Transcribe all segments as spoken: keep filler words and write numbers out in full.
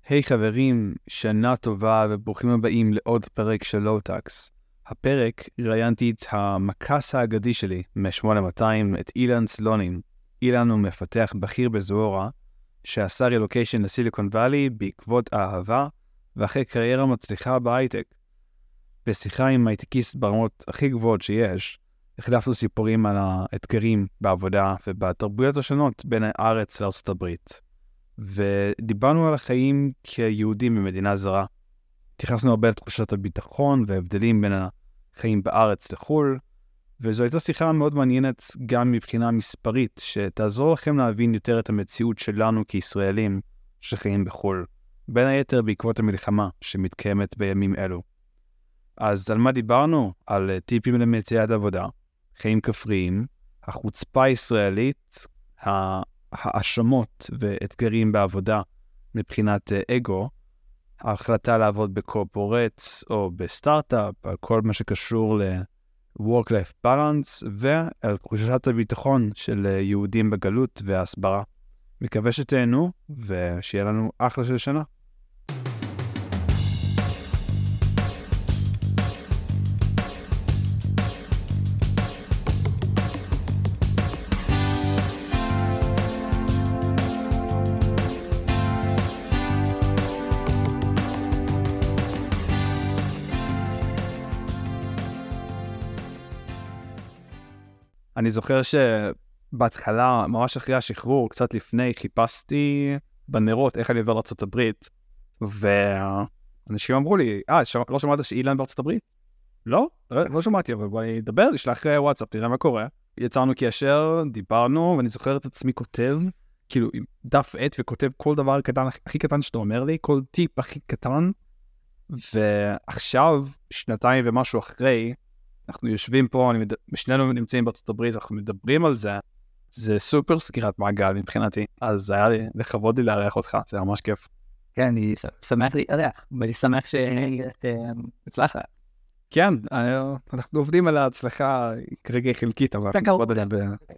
היי חברים, שנה טובה וברוכים הבאים לעוד פרק של לואו-טקס. הפרק ראיינתי את המקס האגדי שלי מ-שמונה מאתיים, את אילן סלונין. אילן הוא מפתח בכיר בזוהרה, שעשה רילוקיישן לסיליקון ואלי בעקבות האהבה ואחרי קריירה מצליחה בהייטק. בשיחה עם הייטקיסט ברמות הכי גבוהות שיש, החלפנו סיפורים על האתגרים בעבודה ובתרבויות השונות בין הארץ לארצות הברית. ודיברנו על החיים כיהודים במדינה זרה. התייחסנו הרבה לתחושת הביטחון וההבדלים בין החיים בארץ לחול, וזו הייתה שיחה מאוד מעניינת גם מבחינה מספרית, שתעזור לכם להבין יותר את המציאות שלנו כישראלים שחיים בחול, בין היתר בעקבות המלחמה שמתקיימת בימים אלו. אז על מה דיברנו? על טיפים למציאת עבודה, חיים כפריים, החוצפה הישראלית, ה... האשמות ואתגרים בעבודה מבחינת אגו, ההחלטה לעבוד בקורפורט או בסטארט-אפ, על כל מה שקשור ל-work-life balance, ועל תחושת הביטחון של יהודים בגלות והסברה. מקווה שתהנו ושיהיה לנו אחלה של שנה. אני זוכר שבהתחלה, ממש אחרי השחרור, קצת לפני, חיפשתי בנרות איך אני עובר לארצות הברית, ואנשים אמרו לי, אה, שמע, לא שמעת שאילן בארצות הברית? לא? לא שמעתי, אבל בואי נדבר, נשלח וואטסאפ, תראה מה קורה. יצרנו קשר, דיברנו, ואני זוכר את עצמי כותב, כאילו, עם דף עט וכותב כל דבר קטן, הכי קטן שאתה אומר לי, כל טיפ הכי קטן, ועכשיו, שנתיים ומשהו אחרי, אנחנו יושבים פה, אני מד... שנינו נמצאים בארצות הברית, אנחנו מדברים על זה, זה סופר סגירת מעגל מבחינתי, אז היה לי לכבוד לי לארח אותך, זה ממש כיף. כן, אני שמח להתארח, ואני שמח שהצלחת. כן, אנחנו עובדים על ההצלחה כרגע חלקית, אבל אנחנו עוד עדיין ב...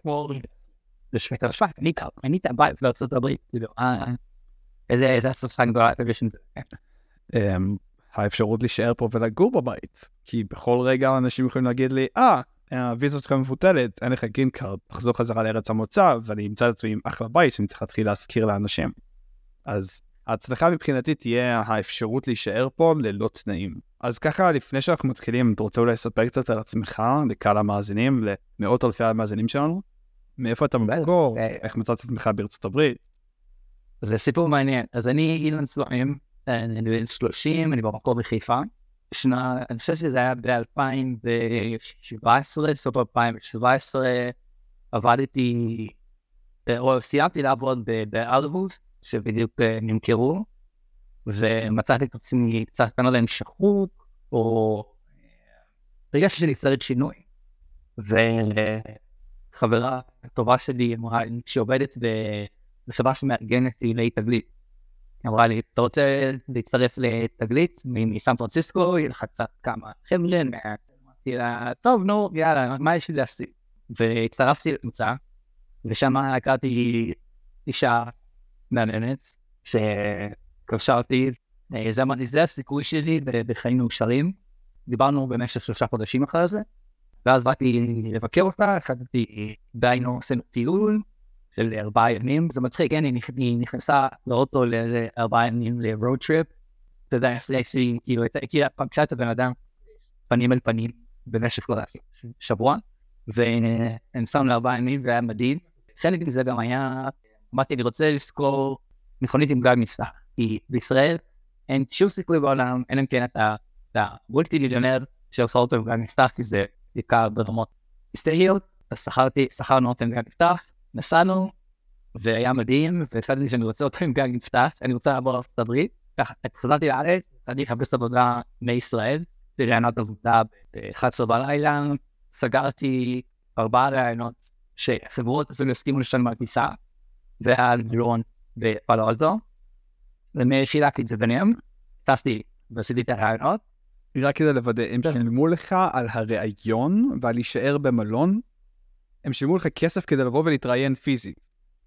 אני תאבייב לארצות הברית, איזה הצלחה גדולה תגשן זה. האפשרות להישאר פה ולגור בבית, כי בכל רגע אנשים יכולים להגיד לי, אה, הוויזה שלך מבוטלת, אין לך גרין קארד, תחזור חזרה לארץ המוצא, ואני אמצא את עצמי עם אחלה בית שאני צריך להתחיל להזכיר לאנשים. אז ההצלחה מבחינתי תהיה האפשרות להישאר פה ללא תנאים. אז ככה, לפני שאנחנו מתחילים, אתה רוצה אולי לספר קצת על עצמך, לקהל המאזינים, למאות אלפי המאזינים שלנו? מאיפה אתה מקור? איך מצאת את עצמך בארצות הברית? זה סיפור מעניין. אז אני אילן סלונין, אני בן שלושים, אני במקור בחיפה. שנה, אני חושב שזה היה ב-אלפיים שבע עשרה, סוף אלפיים שבע עשרה, עבדתי, או סיימתי לעבוד באלבוס, שבדיוק נמכרו, ומצאתי את עצמי קצת כאן עליהם שחוק, או הרגשתי שאני קצת שינוי. וחברה טובה שלי אמרה, שעובדת בחברה שמארגנת לי תגלית, אמרה לי, אתה רוצה להצטרף לתגלית מסן פרנסיסקו, יהיה לך קצת כמה חבר'ה, אמרתי לה, טוב, נו, יאללה, מה יש לי להפסיד? והצטרפתי לקבוצה, ושם הכרתי אישה מעניינת, שקשרתי, זה אמרתי, זה הסיכוי שלי בחיים מאושרים, דיברנו במשך שלושה חודשים אחרי זה, ואז באתי לבקר אותה, החלטתי, דיינו, עשינו טיול, של ארבעה ימים, זה מצחיק, כן, היא נכנסה לאוטו לארבעה ימים לרוד טריפ, אתה יודע, היא כאילו, היא פגשה את הבן אדם פנים אל פנים במשך שבוע, ונסענו לארבעה ימים והיה מדהים. חלק מזה גם היה, אמרתי, אני רוצה לזכור מכונית עם גג נפתח, כי בישראל אין שום סיכוי בעולם, אין להם כן אתה מולטי מיליונר שעושה אותו עם גג נפתח, כי זה בעיקר ברמות היסטריות, אז שכרנו אותו עם גג נפתח, נסענו, והיה מדהים, והחלטתי שאני רוצה אותו עם גג נפתח, אני רוצה לעבור לארצות הברית, ככה, חזרתי לארץ, אני אחפש עבודה מישראל, ברעיונות עבודה ב-אחת עשרה בלילה, סגרתי ארבעה רעיונות, שחברות אפילו הסכימו לשלם על טיסה, ועל גלון בפאלו אלטו, ומחילקתי את זה ביניהם, טסתי ועשיתי את הרעיונות. רק כדי לוודא, הם שילמו לך על הרעיון ועל להישאר במלון? הם שילמו לך כסף כדי לבוא ולהתראיין פיזית?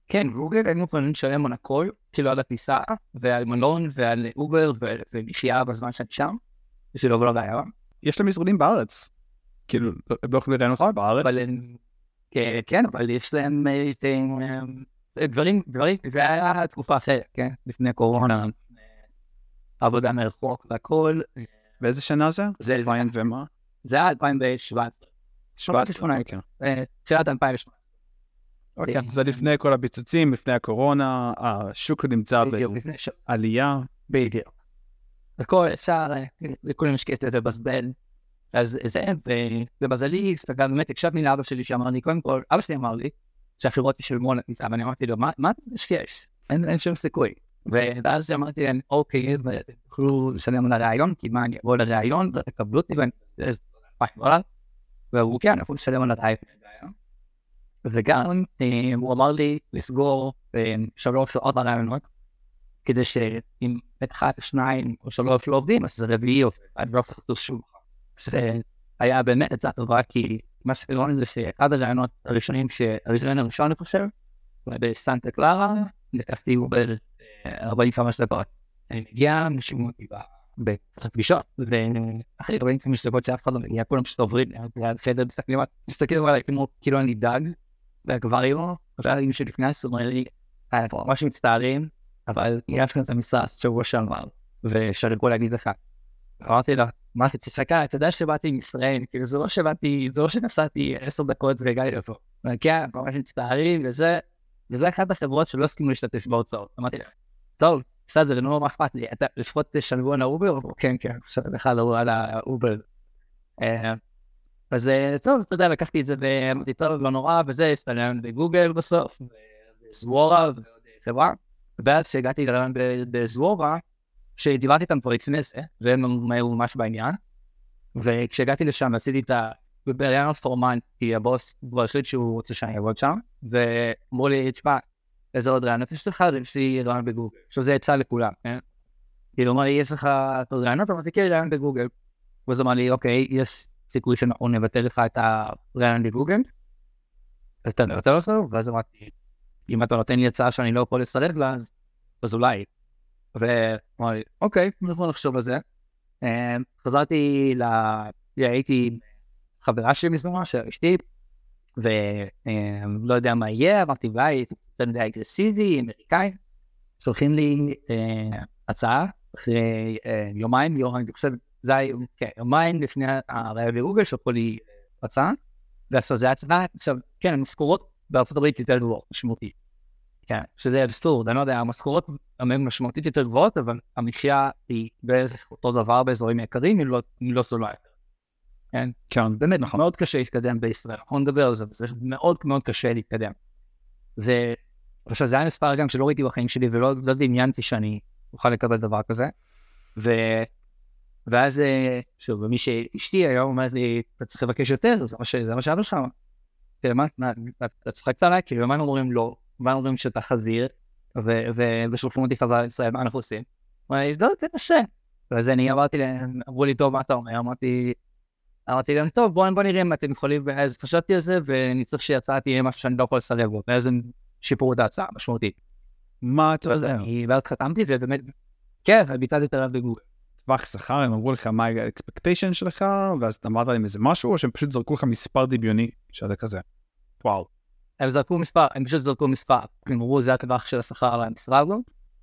כן, גוגל היינו יכולים לשלם על הכל, כאילו על הטיסה, ועל מלון, ועל אובר, ומחיה בזמן שאני שם, בשביל לבוא לרעיון. יש להם משרדים בארץ. כאילו, הם לא יכולים לדעת אותך בארץ. אבל כן, אבל יש להם דברים, דברים, זה היה תקופה אחרת, כן? לפני קורונה, עבודה מרחוק והכל. באיזה שנה זה? זה אלפיים ומה? זה היה אלפיים שבע עשרה. שבע עשרה, תחילת אלפיים ושמונה עשרה. אוקיי, זה לפני כל הביצוצים, לפני הקורונה, השוק נמצא בעלייה. בדיוק. הכל אפשר, לכולם יש כסף לבזבז. אז זה, ובמזלי, הסתכל, באמת, הקשבתי לאבא שלי שאמר לי, קודם כל, אבא שלי אמר לי, שהחברות ישלמו על הטיסה, ואני אמרתי לו, מה אתה משקיעש? אין שום סיכוי. ואז אמרתי להם, אוקיי, ואתם תוכלו לשלם על הרעיון, כי מה, אני אבוא לרעיון, ותקבלו אותי, ואני אעשה אלפיים דולר, והוא כן, אנחנו נשלם על הרעיון. וגם, הוא אמר לי לסגור שלוש או ארבע רעיונות, כדי שאם אחד, שניים או שלוש לא עובדים, אז זה רביעי עובד, אני לא צריך לטוס שוב. זה היה באמת עצה טובה, כי מה שקראנו זה שאחד הרעיונות הראשונים, שהראשון הראשון אני חושב, בסנטה קלרה, לקחתי אובר ארבעים וחמש דקות. אני מגיע, נשימו אותי בפגישות, ואחרי ארבעים וחמש דקות שאף אחד לא מגיע, כולם פשוט עוברים, חדר מסתכלים, מסתכלים עליי כאילו אני דג, והגבריו, והאם שלפנס, הוא אומר לי, אנחנו ממש מצטערים, אבל יש כאן את המשרה שבוע שעבר, ושאני יכול להגיד לך, אמרתי לה, מה תצחקה, אתה יודע שבאתי עם ישראל, כאילו זה לא שבאתי, זה לא שנסעתי עשר דקות והגעתי לפה. כן, ממש מצטערים, וזה, וזה אחת החברות שלא הסכימו להשתתף בהוצאות. אמרתי לה, טוב, בסדר, זה לא אכפת לי, אתה לפחות תשלבו על האובר, או כן, כן, עכשיו בכלל לא על האובר. אז טוב, אתה יודע, לקחתי את זה, ואמרתי, טוב, לא נורא, וזה, הסתלם בגוגל בסוף, וזוורה, ועוד חברה. ואז שהגעתי לרעיון בזוורה, שדיברתי איתם כבר לפני זה, והם היו ממש בעניין, וכשהגעתי לשם עשיתי את ה... ברעיון פורמן, כי הבוס כבר החליט שהוא רוצה שאני אעבוד שם, ואמרו לי, תשמע, איזה עוד רעיונות יש לך, יש לי רעיון בגוגל. עכשיו זה יצא לכולם, כן? כאילו, אמר לי, יש לך עוד רעיונות? אמרתי, כן, רעיון בגוגל. ואז אמר לי, אוקיי, יש סיכוי שאנחנו נבטל לך את הרעיון בגוגל? אז אתה נבטל אותו? ואז אמרתי, אם אתה נותן לי הצעה שאני לא יכול לסרב לה, אז אולי. ואמר לי, אוקיי, אנחנו נחשוב על זה. חזרתי ל... הייתי חברה שלי מזמורה, של אשתי, ולא יודע מה יהיה, אמרתי, ואי, הייתי קצת די אגרסיבי, אמריקאי, שולחים לי הצעה, אחרי יומיים, יומיים, אני חושב, זה היה יומיים לפני הרעיון בגוגל, שלחו לי הצעה, ועכשיו זה הצעה, עכשיו, כן, המשכורות בארצות הברית יותר גבוהות, משמעותית. כן, שזה אבסורד, אני לא יודע, המשכורות הן משמעותית יותר גבוהות, אבל המחיה היא בערך אותו דבר באזורים יקרים, היא לא זולה יותר. כן? כן, באמת, מאוד קשה להתקדם בישראל, אנחנו נדבר על זה, זה מאוד מאוד קשה להתקדם. ועכשיו, זה היה מספר גם שלא ראיתי בחיים שלי, ולא דמיינתי שאני אוכל לקבל דבר כזה. ואז, שוב, ומי שאשתי היום אומרת לי, אתה צריך לבקש יותר, זה מה שאבא שלך. תראה, מה, אתה צחקת עליי? כאילו, מה אנחנו אומרים לא? מה אומרים שאתה חזיר, ושולחים אותי חזרה לישראל, מה אנחנו עושים? אמרתי, לא, תנסה. ואז אני אמרתי להם, אמרו לי, טוב, מה אתה אומר? אמרתי, אמרתי להם, טוב, בואו נראה אם אתם יכולים, ואז חשבתי על זה, ואני צריך שההצעה תהיה משהו שאני לא יכול לסרב בו, ואז הם שיפרו את ההצעה, משמעותית. מה אתה יודע? אני ואז חתמתי, ובאמת, כן, וביטלתי את הרב בגוגל. טווח שכר, הם אמרו לך מה האקספקטיישן שלך, ואז אתה אמרת להם איזה משהו, או שהם פשוט זרקו לך מספר דמיוני, שזה כזה. וואו. הם זרקו מספר, הם פשוט זרקו מספר, הם אמרו, זה הטווח של השכר על המשרה הזו,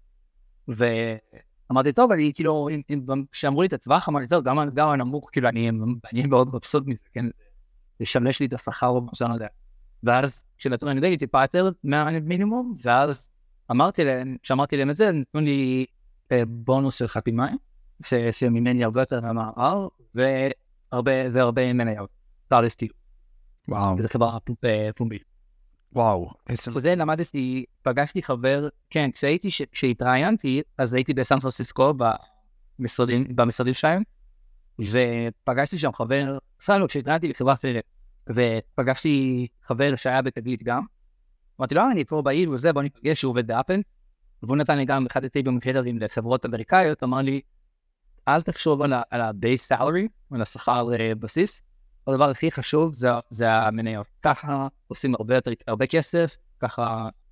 ואמרתי, טוב, אני כאילו, כשאמרו לי את הטווח, אמרתי, טוב, גם הנמוך, כאילו, אני מאוד מבסוט מזה, כן, לשמש לי את השכר, או מה שאני יודע. ואז, כשנתנו, אני יודע, לי טיפה יותר מהמינימום, ואז אמרתי להם, כשאמרתי להם את זה, נתנו לי בונוס של חתימה, שממני הרבה יותר מהמער, והרבה מניות, תעלסתי. וואו. וזה חברה פומבית. וואו. וזה למדתי, פגשתי חבר, כן, כשהייתי, כשהתראיינתי, אז הייתי בסן פרנסיסקו, במשרדים, במשרדים שלהם, ופגשתי שם חבר, סלו, כשהתראיינתי לחברה אחרת, ופגשתי חבר שהיה בתגלית גם, אמרתי לו, אני פה בעיר וזה, בוא נפגש, שהוא עובד באפל, והוא נתן לי גם אחד הטיפים קריטרים לחברות אמריקאיות, אמר לי, אל תחשוב על ה-base salary, על השכר בסיס, הדבר הכי חשוב זה, זה המניות. ככה עושים הרבה, הרבה כסף, ככה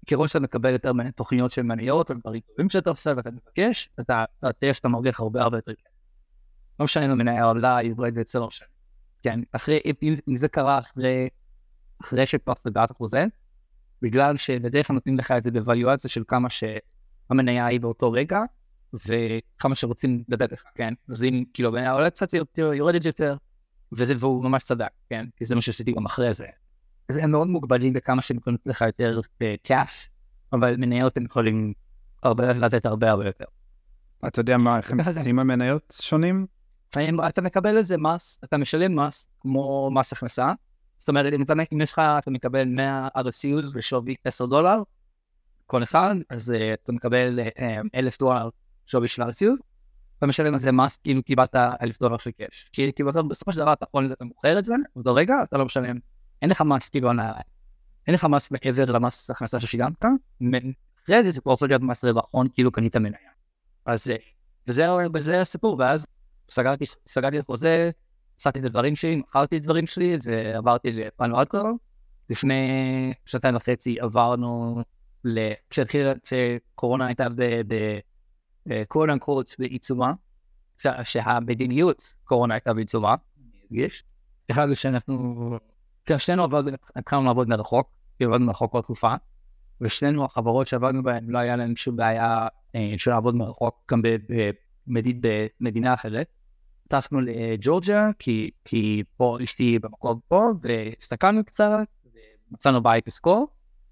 ככל שאתה מקבל יותר תוכניות של מניות, או דברים טובים שאתה עושה ואתה מבקש, אתה תראה שאתה מרוויח הרבה הרבה יותר כסף. לא משנה לו מניה עולה, יברד וזה לא משנה. כן, אחרי, אם, אם זה קרה אחרי, אחרי שכבר סגרת החוזה, בגלל שבדרך כלל נותנים לך את זה בוואליואציה של כמה שהמניה היא באותו רגע, וכמה שרוצים לתת לך, כן? אז אם כאילו המניה עולה קצת יותר, יורדת יותר, וזה והוא ממש צדק, כן? כי זה מה שעשיתי גם אחרי זה. אז הם מאוד מוגבלים בכמה שהם יכולים לתת לך יותר קאש, אבל מניות הם יכולים הרבה, לתת הרבה הרבה יותר. אתה יודע מה, איך הם עושים המניות שונים? אתה מקבל איזה מס, אתה משלם מס כמו מס הכנסה, זאת אומרת, אם, אתה, אם יש לך, אתה מקבל מאה אר אס יו ושווי עשרה דולר, כל אחד, אז uh, אתה מקבל uh, אלף דולר שווי של אר אס יו, אתה משלם על זה מס, כאילו קיבלת אלף דולר של קש. כי כאילו בסופו של דבר אתה יכול, אתה מוכר את זה, באותו רגע אתה לא משלם, אין לך מס כאילו, אין לך מס מעבר למס הכנסה ששילמת, אחרי זה זה כבר עושה להיות מס רווחון, כאילו קנית מניה. אז וזה, וזה הסיפור, ואז סגרתי, סגרתי את חוזה, עשיתי את הדברים שלי, מכרתי את הדברים שלי, ועברתי לפאנו אלטרו. לפני שנתיים וחצי עברנו, כשהתחילה, כשקורונה הייתה בקורון אנקורט בעיצומה, שהמדיניות קורונה הייתה בעיצומה, יש. החלטנו שאנחנו, כששנינו התחלנו לעבוד מרחוק, כי עבדנו מרחוק כל תקופה, ושנינו החברות שעבדנו בהן, לא היה להם שום בעיה של לעבוד מרחוק, גם במדינה אחרת. טסנו לג'ורג'יה, כי, כי פה אשתי במקום פה, והסתכלנו קצת, ומצאנו בית לסקור,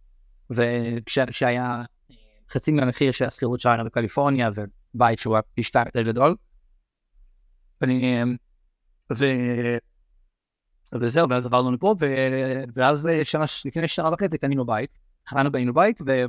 וכשהיה חצי מהמחיר של הסחירות שלנו בקליפורניה, ובית שהוא פי שתיים יותר גדול, ואני, ו... וזהו, ואז עברנו לפה, ו... ואז שנה, לפני שנה וחצי קנינו בית, חרנו בנינו בית, ו...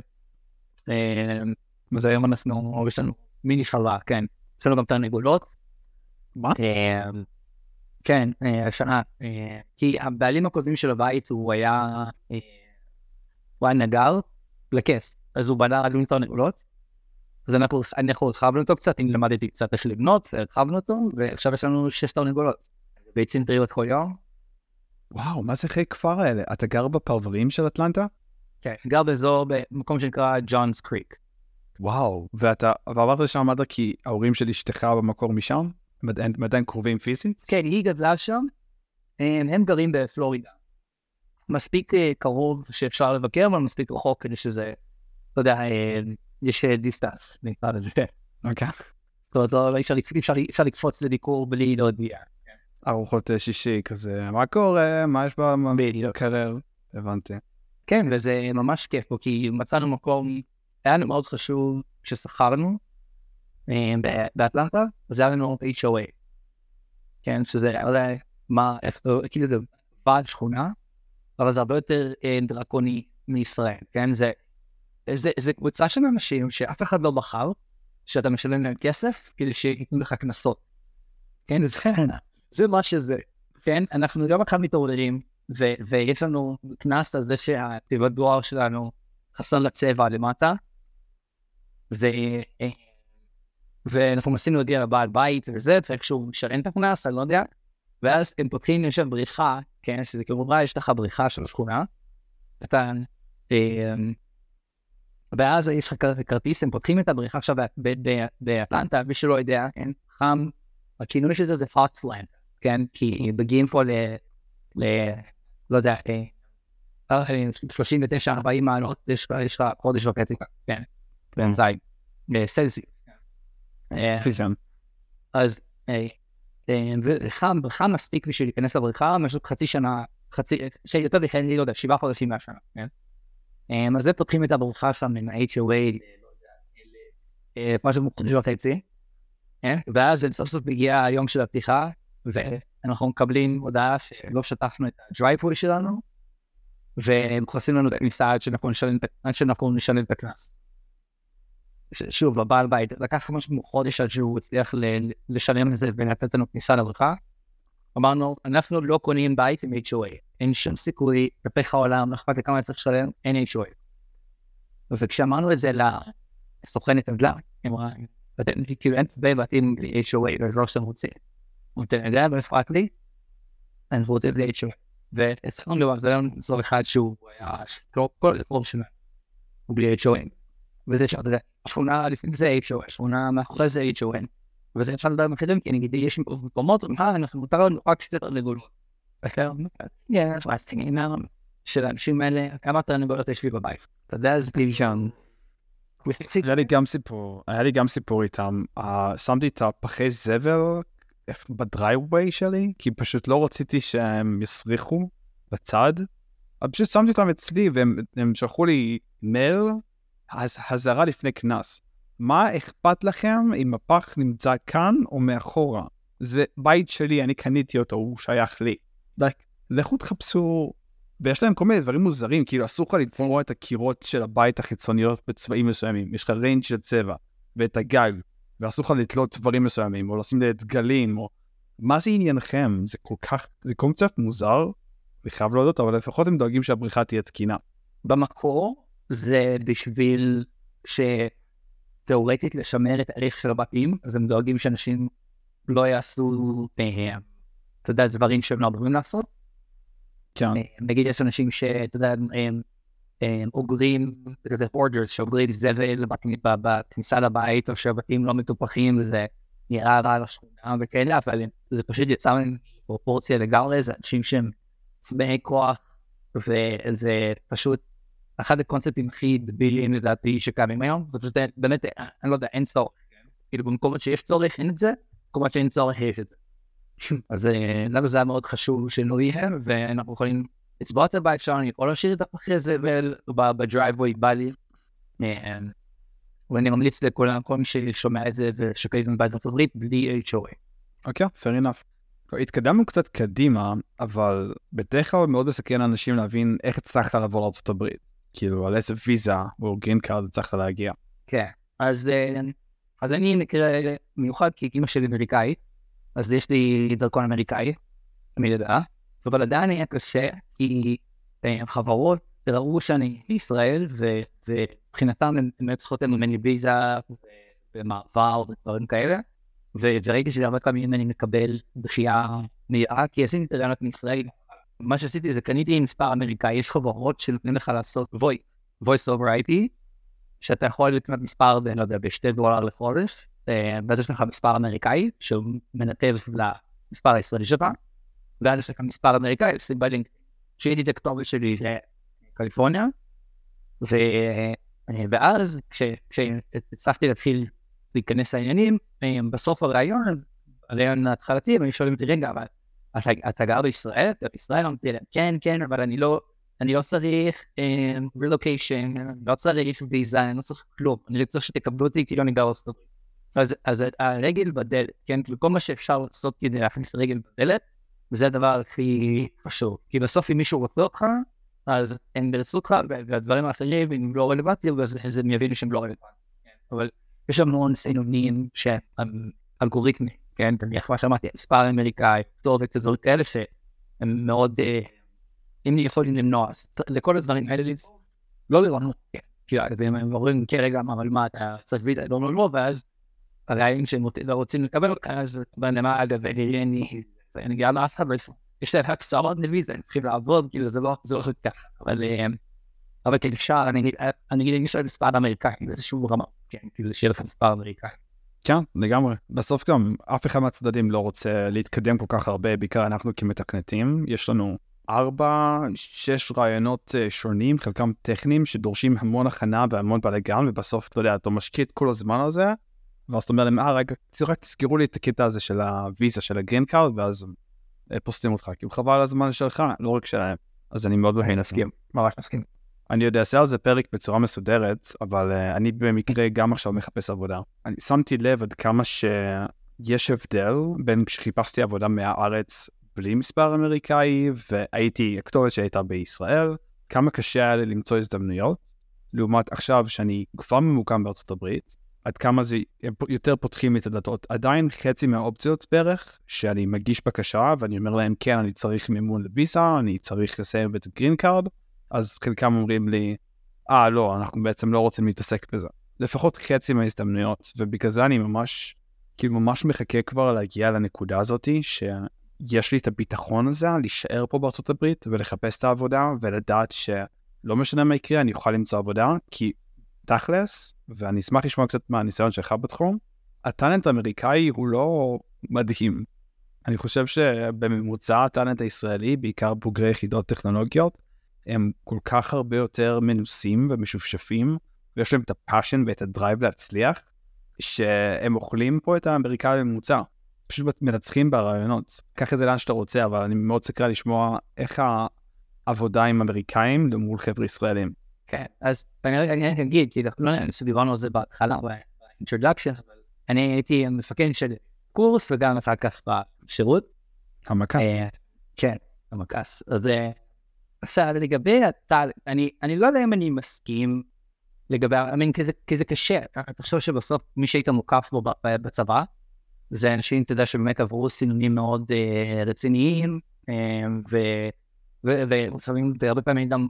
וזה היום אנחנו, יש לנו מיני חלה, כן, יש לנו גם תרנגולות, מה? כן, השנה, כי הבעלים הקודמים של הבית הוא היה, הוא היה נגר לכס, אז הוא בנה עלון תרנגולות, אז אנחנו הרחבנו אותו קצת, אם למדתי קצת איך לבנות, הרחבנו אותו, ועכשיו יש לנו שש תרנגולות, ביצים טריות כל יום. וואו, מה זה חיי כפר האלה? אתה גר בפרברים של אטלנטה? כן, גר באזור, במקום שנקרא ג'ונס קריק. וואו, ואתה עברת לשם עד כי ההורים של אשתך במקור משם? הם עדיין קרובים פיזית? כן, היא גדלה שם, הם גרים בפלורידה. מספיק קרוב שאפשר לבקר, אבל מספיק רחוק כדי שזה, לא יודע, יש דיסטנס, נקרא לזה. אוקיי. זאת אומרת, אפשר לקפוץ לדיקור בלי להודיע. ארוחות שישי כזה, מה קורה, מה יש במקרר? הבנתי. כן, וזה ממש כיף פה, כי מצאנו מקום, היה לנו מאוד חשוב כששכרנו, באטלנטה, אז היה לנו אייץ' או איי, כן, שזה, אולי, מה, כאילו זה ועד שכונה, אבל זה הרבה יותר דרקוני מישראל, כן, זה, זה קבוצה של אנשים שאף אחד לא בחר, שאתה משלם להם כסף, כדי שיתנו לך כנסות, כן, זה, זה מה שזה, כן, אנחנו גם אחד מתעוררים, ויש לנו כנס על זה שהתיבת דואר שלנו חסר לצבע למטה, זה, ואנחנו מנסים להודיע לבעל בית וזה, וכשהוא משלם את הכנס, אני לא יודע, ואז הם פותחים, יש שם בריחה, כן, שזה כמובן, יש לך בריחה של השכונה, אתה, ואז יש לך כרטיס, הם פותחים את הבריחה עכשיו באטלנטה, מי שלא יודע, כן, חם, הכינוי של זה זה פוקסלנד, כן, כי מגיעים פה ל, לא יודע, שלושים ותשע ארבעים מעלות, יש לך חודש וחצי, כן, בנזיים, סלסיוס. אז חם, חם מספיק בשביל להיכנס לבריכה, משהו חצי שנה, חצי, יותר לכן, אני לא יודע, שבעה חודשים מהשנה, כן? אז זה פותחים את הבריכה שם עם ה-אייץ' או איי, משהו חודש וחצי, ואז סוף סוף מגיע היום של הפתיחה, ואנחנו מקבלים הודעה שלא שטפנו את הדרייבווי שלנו, והם חוסים לנו את הכניסה עד שאנחנו נשלם את הכנס. שוב, הבעל בית, לקח משהו חודש עד שהוא הצליח לשלם לזה ולתת לנו כניסה לבריכה. אמרנו, אנחנו לא קונים בית עם אייץ' או איי, אין שום סיכוי, בפך העולם, לא אכפת לכמה צריך לשלם, אין אייץ' או איי. וכשאמרנו את זה לסוכנת נדל"ן, היא אמרה, כאילו אין הרבה בתים בלי אייץ' או איי, וזה לא שאתם רוצים. אתה יודע, לא אכפת לי, אני רוצה בלי אייץ' או איי. ואצלנו לבד, זה לא נצור אחד שהוא היה כל הקרוב שלנו. הוא בלי אייץ' או אן. וזה שאתה יודע, השכונה לפני זה אייץ' או אן, השכונה מאחורי זה אייץ' או אן. וזה אפשר לדעת מחדרים, כי נגיד, יש מקומות, מה, אנחנו מותר לנו רק שתי תרנגולות. וכאילו, כן, רסטינג, של האנשים האלה, כמה תרנגולות יש לי בבית. אתה יודע, זה בלי שם. היה לי גם סיפור, היה לי גם סיפור איתם. שמתי את הפחי זבל בדרייבווי שלי, כי פשוט לא רציתי שהם יסריחו בצד. אז פשוט שמתי אותם אצלי, והם שלחו לי מייל, הזרה לפני כנס. מה אכפת לכם אם הפח נמצא כאן או מאחורה? זה בית שלי, אני קניתי אותו, הוא שייך לי. לכו תחפשו, ויש להם כל מיני דברים מוזרים, כאילו אסור לך לתפור את הקירות של הבית החיצוניות בצבעים מסוימים. יש לך ריינג' של צבע, ואת הגג, ואסור לך לתלות דברים מסוימים, או לשים את דגלים, או... מה זה עניינכם? זה כל כך, זה קונספט מוזר, אני חייב להודות, אבל לפחות הם דואגים שהבריכה תהיה תקינה. במקור, זה בשביל שתאורטית לשמר את הערך של הבתים, אז הם דואגים שאנשים לא יעשו, אתה יודע, דברים שהם לא אמורים לעשות. כן. נגיד, יש אנשים שאתה יודע, הם אוגרים, זה אורדרס, שאוגרים זבל בכניסה לבית, או שהבתים לא מטופחים, וזה נראה רע לשכונה וכאלה, אבל זה פשוט יצא מפרופורציה לגמרי, זה אנשים שהם צמאי כוח, וזה פשוט אחד הקונספטים הכי דבילים לדעתי שקיימים היום, זה פשוט באמת, אני לא יודע, אין צורך, כאילו במקומות שיש צורך אין את זה, במקומות שאין צורך יש את זה. אז לנו זה היה מאוד חשוב שלא יהיה, ואנחנו יכולים לצבוע את הבית שלנו, אני יכול להשאיר את הפחי זבל בדרייבווי בא לי, ואני ממליץ לכל מי ששומע את זה ושקלית מבית ארצות הברית בלי אייץ' או אן. אוקיי, fair enough. התקדמנו קצת קדימה, אבל בדרך כלל מאוד מסכן אנשים להבין איך הצלחת לעבור לארצות הברית. כאילו, על איזה ויזה או גרין קארד הצלחת להגיע. כן, אז אני נקרא מיוחד כי אמא שלי אמריקאית, אז יש לי דרכון אמריקאי, אני יודע, אבל עדיין היה קשה, כי חברות ראו שאני בישראל, ובחינתם הם צריכות ממני ויזה ומעבר ודברים כאלה, וראיתי שהרבה פעמים אני מקבל דחייה מהירה, כי עשיתי את הרעיונות מישראל. מה שעשיתי זה קניתי מספר אמריקאי, יש חברות שנותנים לך לעשות voice over איי פי, שאתה יכול לקנות מספר, לא יודע, בשתי דולר לחודש, ואז יש לך מספר אמריקאי, שהוא מנתב למספר הישראלי שלך, ואז יש לך מספר אמריקאי, שים בלינק, שהייתי את הכתובת שלי לקליפורניה, ואז כשהצלחתי להתחיל להיכנס לעניינים, בסוף הרעיון, הרעיון ההתחלתי, הם שואלים אותי, רגע, אבל אתה גר בישראל? אתה בישראל? אמרתי להם, כן, כן, אבל אני לא, אני לא צריך רילוקיישן, לא צריך ויזה, אני לא צריך כלום, אני לא צריך שתקבלו אותי, כי לא אני גר בארצות הברית. אז, אז הרגל בדלת, כן, וכל מה שאפשר לעשות כדי להכניס רגל בדלת, זה הדבר הכי חשוב. כי בסוף אם מישהו רוצה אותך, אז הם ברצו אותך, והדברים האחרים, אם לא רלוונטיים, אז הם יבינו שהם לא רלוונטיים. אבל יש המון סינונים שהם אלגוריתמים, כן? כמו שאמרתי, מספר אמריקאי, כתובת וזורים כאלה שהם מאוד, אם יכולים למנוע, לכל הדברים האלה, לא לראות, כן. כי הם אומרים, כרגע, אבל מה, אתה צריך ויזה, לא, לא, לא, ואז הרעיון שהם רוצים לקבל אותך, אז בנמה, אגב, אני גאה לאף אחד, יש להם הקצרות לויזה, הם צריכים לעבוד, כאילו זה לא הולך ככה, אבל כן אפשר, אני אגיד, אני אשאר מספר אמריקאי, באיזשהו רמה, כן, כאילו שיהיה לך מספר אמריקאי. כן, לגמרי. בסוף גם, אף אחד מהצדדים לא רוצה להתקדם כל כך הרבה, בעיקר אנחנו כמתכנתים, יש לנו ארבע, שש רעיונות שונים, חלקם טכניים, שדורשים המון הכנה והמון בלגן, ובסוף, אתה יודע, אתה משקיע את כל הזמן הזה, ואז אתה אומר להם, אה, רגע, רק תזכרו לי את הקטע הזה של הוויזה, של הגרין קארד, ואז פוסטים אותך, כי הוא חבל על הזמן שלך, לא רק שלהם. אז אני מאוד בהן נסכים. ממש נסכים. אני יודע, עשה על זה פרק בצורה מסודרת, אבל uh, אני במקרה גם עכשיו מחפש עבודה. אני שמתי לב עד כמה שיש הבדל בין כשחיפשתי עבודה מהארץ בלי מספר אמריקאי, והייתי, הכתובת שהייתה בישראל, כמה קשה היה לי למצוא הזדמנויות, לעומת עכשיו שאני כבר ממוקם בארצות הברית, עד כמה זה יותר פותחים את הדלתות. עדיין חצי מהאופציות בערך, שאני מגיש בקשה, ואני אומר להם, כן, אני צריך מימון לוויזה, אני צריך לסיים את הגרין קארד, אז חלקם אומרים לי, אה, לא, אנחנו בעצם לא רוצים להתעסק בזה. לפחות חצי מההזדמנויות, ובגלל זה אני ממש, כאילו ממש מחכה כבר להגיע לנקודה הזאת, שיש לי את הביטחון הזה, להישאר פה בארצות הברית, ולחפש את העבודה, ולדעת לא משנה מה יקרה, אני אוכל למצוא עבודה, כי תכלס, ואני אשמח לשמוע קצת מהניסיון שלך בתחום, הטלנט האמריקאי הוא לא מדהים. אני חושב שבממוצע הטלנט הישראלי, בעיקר בוגרי יחידות טכנולוגיות, הם כל כך הרבה יותר מנוסים ומשופשפים, ויש להם את הפאשן ואת הדרייב להצליח, שהם אוכלים פה את האמריקאי בממוצע. פשוט מנצחים ברעיונות. קח את זה לאן שאתה רוצה, אבל אני מאוד סקרן לשמוע איך העבודה עם אמריקאים למול חבר'ה ישראלים. כן, אז אני אגיד, כי אנחנו לא דיברנו על זה בהתחלה, באינטרודקשן, אבל אני הייתי מפקד של קורס וגם אחר כך בשירות. המקס. כן, המקס. אז עכשיו, לגבי הטלנט, אני לא יודע אם אני מסכים לגבי, כי זה קשה. אתה חושב שבסוף מי שהיית מוקף בו בצבא, זה אנשים, אתה יודע, שבאמת עברו סינונים מאוד רציניים, והרבה פעמים גם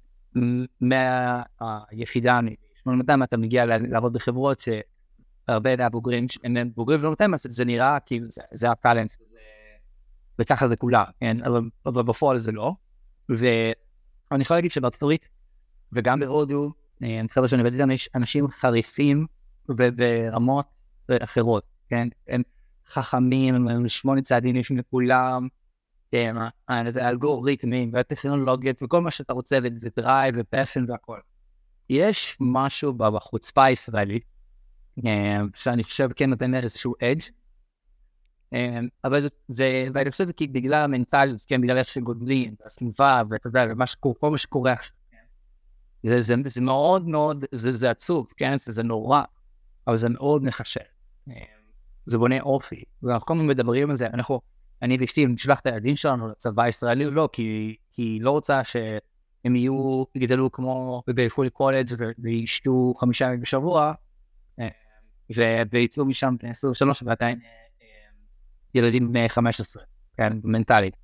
מהיחידה, מתי אתה מגיע לעבוד בחברות שהרבה מהבוגרים, הם בוגרים ולא נותנים, אז זה נראה כאילו זה הטלנט, וככה זה כולה, אבל בפועל זה לא. ואני יכול להגיד שבארצות הברית, וגם בהודו, אני חושב שאני עובד איתם, יש אנשים חריפים ברמות אחרות, כן? הם חכמים, הם שמונה צעדים יש לכולם, האלגוריתמים והטכנולוגיות וכל מה שאתה רוצה, ודרייב ופשן והכל. יש משהו בחוצפה הישראלית, שאני חושב כן נותן איזשהו אדג', אבל זה, ואני חושב שזה בגלל המנטליות, כן, בגלל איך שגודלים, הסביבה, וכל מה שקורה עכשיו, זה, זה, זה מאוד מאוד, זה, זה עצוב, כן, זה, זה נורא, אבל זה מאוד מחשב. זה בונה אופי, ואנחנו כל הזמן מדברים על זה, אנחנו, אני ואשתי, נשלח את הילדים שלנו לצבא הישראלי, לא, כי, כי לא רוצה שהם יהיו, יגדלו כמו, וילכו לקולג' וישתו חמישה ימים בשבוע, ויצאו משם בני עשרים ושלוש, ועדיין ילדים בני חמש עשרה, כן, מנטלית.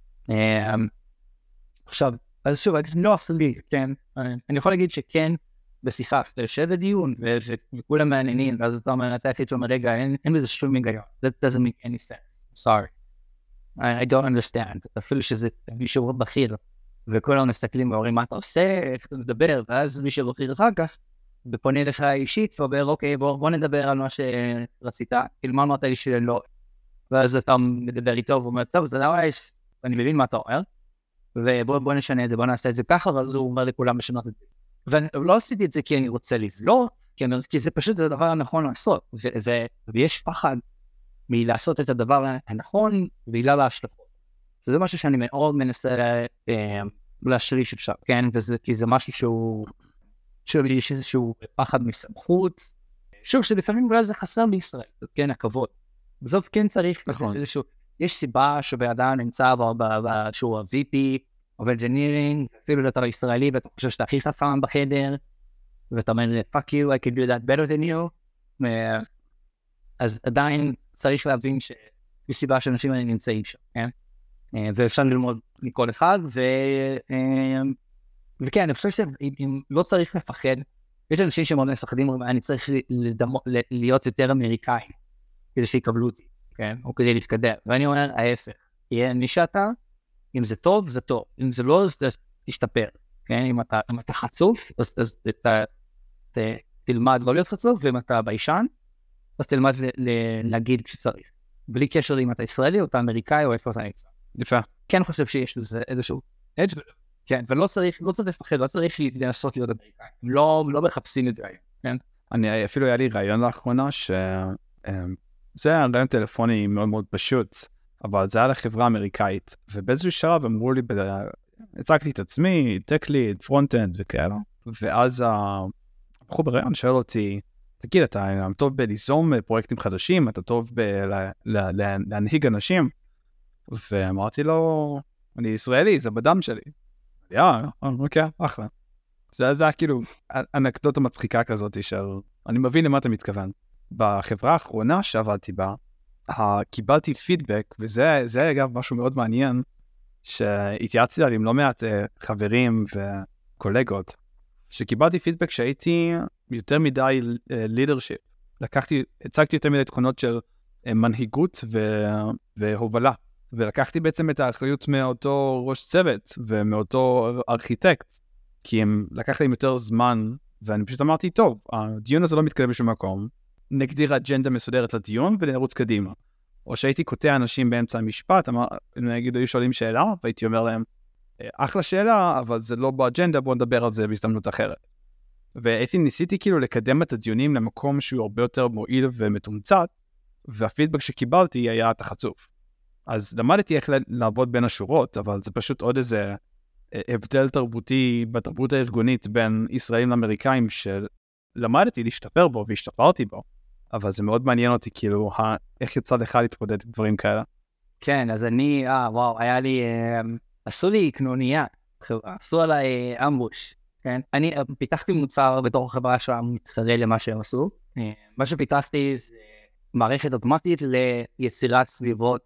עכשיו, אז שוב, אני לא אפלי, כן, אני יכול להגיד שכן, בשיחה, אתה יושב בדיון, וכולם מעניינים, ואז אתה אומר, אתה החליט שאומר, רגע, אין בזה שום היגיון, that doesn't make any sense, sorry, I don't understand, אפילו שזה מישהו בכיר, וכולם מסתכלים ואומרים, מה אתה עושה, איך אתה מדבר, ואז מישהו בכיר אחר כך, ופונה לך אישית, ואומר, אוקיי, בוא נדבר על מה שרצית, כאילו מה אמרת לי שלא, ואז אתה מדבר איתו, ואומר, טוב, זה לא יש, אני מבין מה אתה אומר, ובוא נשנה את זה, בוא נעשה את זה ככה, ואז הוא אומר לכולם לשנות את זה. ולא עשיתי את זה כי אני רוצה לבלוט, כי זה פשוט הדבר הנכון לעשות, ויש פחד מלעשות את הדבר הנכון בגלל ההשלכות. זה משהו שאני מאוד מנסה להשריש עכשיו, כן? כי זה משהו שהוא, שיש איזשהו פחד מסמכות, שוב, שלפעמים אולי זה חסר בישראל, כן, הכבוד. בסוף כן צריך איזשהו, יש סיבה שבאדם נמצא שהוא ה-וי פי, of engineering, אפילו אתה ישראלי, ואתה חושב שאתה הכי חכם בחדר, ואתה אומר, fuck you, I can do that better than you, אז עדיין צריך להבין שיש סיבה שאנשים האלה נמצאים שם, כן? ואפשר ללמוד מכל אחד, וכן, אני חושב שאם לא צריך לפחד, יש אנשים שמאוד מפחדים, אני צריך להיות יותר אמריקאי, כדי שיקבלו אותי, כן? או כדי להתקדם, ואני אומר, ההפך, יהיה נישתה, אם זה טוב, זה טוב. אם זה לא, אז תשתפר. כן? אם אתה, אם אתה חצוף, אז, אז אתה, ת, תלמד לא להיות חצוף, ואם אתה ביישן, אז תלמד ל, ל, להגיד כשצריך. בלי קשר אם אתה ישראלי, או אתה אמריקאי, או איפה אתה נמצא. יפה. כן חושב שיש לזה איזשהו אדג' כן, ולא צריך, לא צריך לפחד, לא צריך לנסות להיות אמריקאי. לא, לא מחפשים את זה היום, כן? אני, אפילו היה לי רעיון לאחרונה, שזה היה רעיון טלפוני מאוד מאוד פשוט, אבל זה היה לחברה אמריקאית, ובאיזשהו שלב אמרו לי, הצגתי את עצמי, טק-ליד, פרונט-אנד וכאלה, ואז הבחור ברעיון שואל אותי, תגיד, אתה טוב בליזום פרויקטים חדשים, אתה טוב להנהיג אנשים, ואמרתי לו, אני ישראלי, זה בדם שלי. יא, אוקיי, אחלה. זה היה כאילו אנקדוטה מצחיקה כזאת, שאני מבין למה אתה מתכוון. בחברה האחרונה שעבדתי בה, קיבלתי פידבק, וזה זה אגב משהו מאוד מעניין, שהתייעצתי עליהם לא מעט חברים וקולגות, שקיבלתי פידבק שהייתי יותר מדי לידרשיפ. לקחתי, הצגתי יותר מדי תכונות של מנהיגות והובלה, ולקחתי בעצם את האחריות מאותו ראש צוות, ומאותו ארכיטקט, כי הם לקח להם יותר זמן, ואני פשוט אמרתי, טוב, הדיון הזה לא מתקדם בשום מקום, נגדיר אג'נדה מסודרת לדיון ונרוץ קדימה. או שהייתי קוטע אנשים באמצע המשפט, אמר, נגיד, היו שואלים שאלה, והייתי אומר להם, אחלה שאלה, אבל זה לא באג'נדה, בואו נדבר על זה בהזדמנות אחרת. והייתי ניסיתי כאילו לקדם את הדיונים למקום שהוא הרבה יותר מועיל ומתומצת, והפידבק שקיבלתי היה תחצוף. אז למדתי איך לעבוד בין השורות, אבל זה פשוט עוד איזה הבדל תרבותי בתרבות הארגונית בין ישראלים לאמריקאים, שלמדתי להשתפר בו והשתפרתי בו, אבל זה מאוד מעניין אותי כאילו, איך יצא לך להתמודד עם דברים כאלה. כן, אז אני, אה, וואו, היה לי, אה, עשו לי קנוניה, עשו עליי אה, אמבוש, כן? אני אה, פיתחתי מוצר בתוך החברה שמתחרה למה שהם עשו. אה, מה שפיתחתי זה מערכת אוטומטית ליצירת סביבות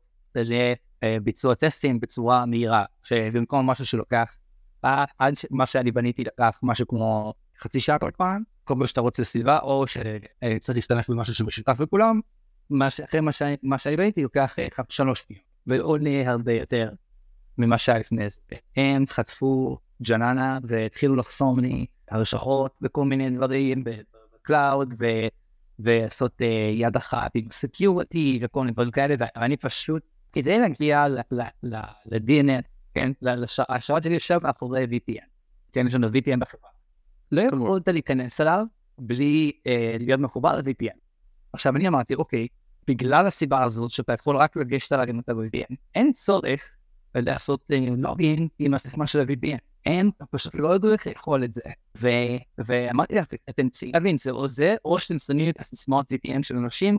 לביצוע טסטים בצורה מהירה, שבמקום משהו שלוקח, עד מה שאני בניתי לקח משהו כמו חצי שעה כל פעם, כל פעם שאתה רוצה סביבה, או שצריך להשתמש במשהו שמשותף לכולם, אחרי מה שאני בניתי לוקח שלוש שניות, ועולה הרבה יותר ממה שהיה לפני זה. הם חטפו ג'ננה והתחילו לחסום לי הרשאות וכל מיני דברים בקלאוד, ועשות יד אחת עם סקיוריטי וכל מיני דברים כאלה, ואני פשוט, כדי להגיע ל-די אן אס, כן, לשרת שלי יושב מאחורי וי פי אן, כן, יש לנו וי פי אן בחברה. לא יכולת להיכנס אליו בלי להיות מחובר ל-וי פי אן. עכשיו אני אמרתי, אוקיי, בגלל הסיבה הזאת שאתה יכול רק לגשת עליו עם ה-וי פי אן, אין צורך לעשות לוגין עם הסיסמה של ה-וי פי אן. הם פשוט לא ידעו איך לאכול את זה. ואמרתי לך, אתם צריכים להבין, זה או זה, או שאתם שמים את הסיסמות וי פי אן של אנשים,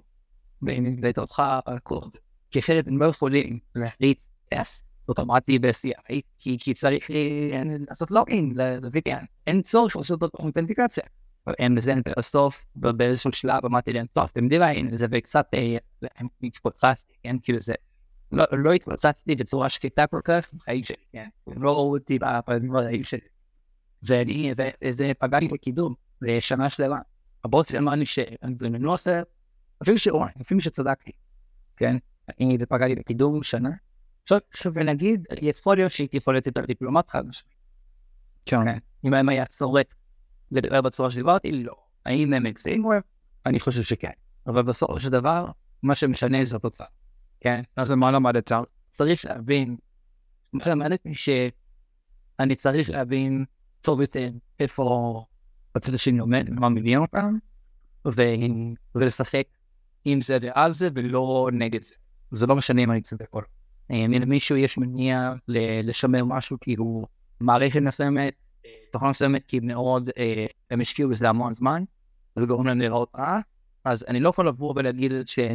ולתוך הקוד. כי אחרת הם לא יכולים להריץ טסט אוטומטי ב-סי איי, כי צריך לעשות לוגין ל-וי פי אן. אין צורך לעשות אותנטיקציה. הם בזה בסוף, באיזשהו שלב, אמרתי להם, טוב, אתם יודעים, זה וקצת התפוצצתי, כן? כאילו זה, לא התפוצצתי בצורה שקטה כל כך, בחיים שלי, כן? לא ראו אותי בחיים שלי. וזה פגע לי בקידום, לשנה שלמה. הבוס אמר לי שאני לא עושה, אפילו שאולי, אפילו שצדקתי, כן? זה פגע לי בקידום שנה. עכשיו נגיד, יכול להיות שהייתי יכול להיות יותר דיפלומט חד משמעית. כן. אם הם היה צורך לדבר בצורה שדיברתי, לא. האם הם אקסים? אני חושב שכן. אבל בסופו של דבר, מה שמשנה זה התוצאה. כן? אז מה למדת? צריך להבין, מה למדתי שאני צריך להבין טוב יותר איפה בצד השני עומד, מה מבין אותם, ולשחק עם זה ועל זה, ולא נגד זה. זה לא משנה אם אני צודק או לא. אם למישהו יש מניע לשמר משהו, כאילו מערכת מסוימת, תוכנה מסוימת, כי מאוד, הם השקיעו בזה המון זמן, זה גורם להם לראות רע, אז אני לא יכול לבוא ולהגיד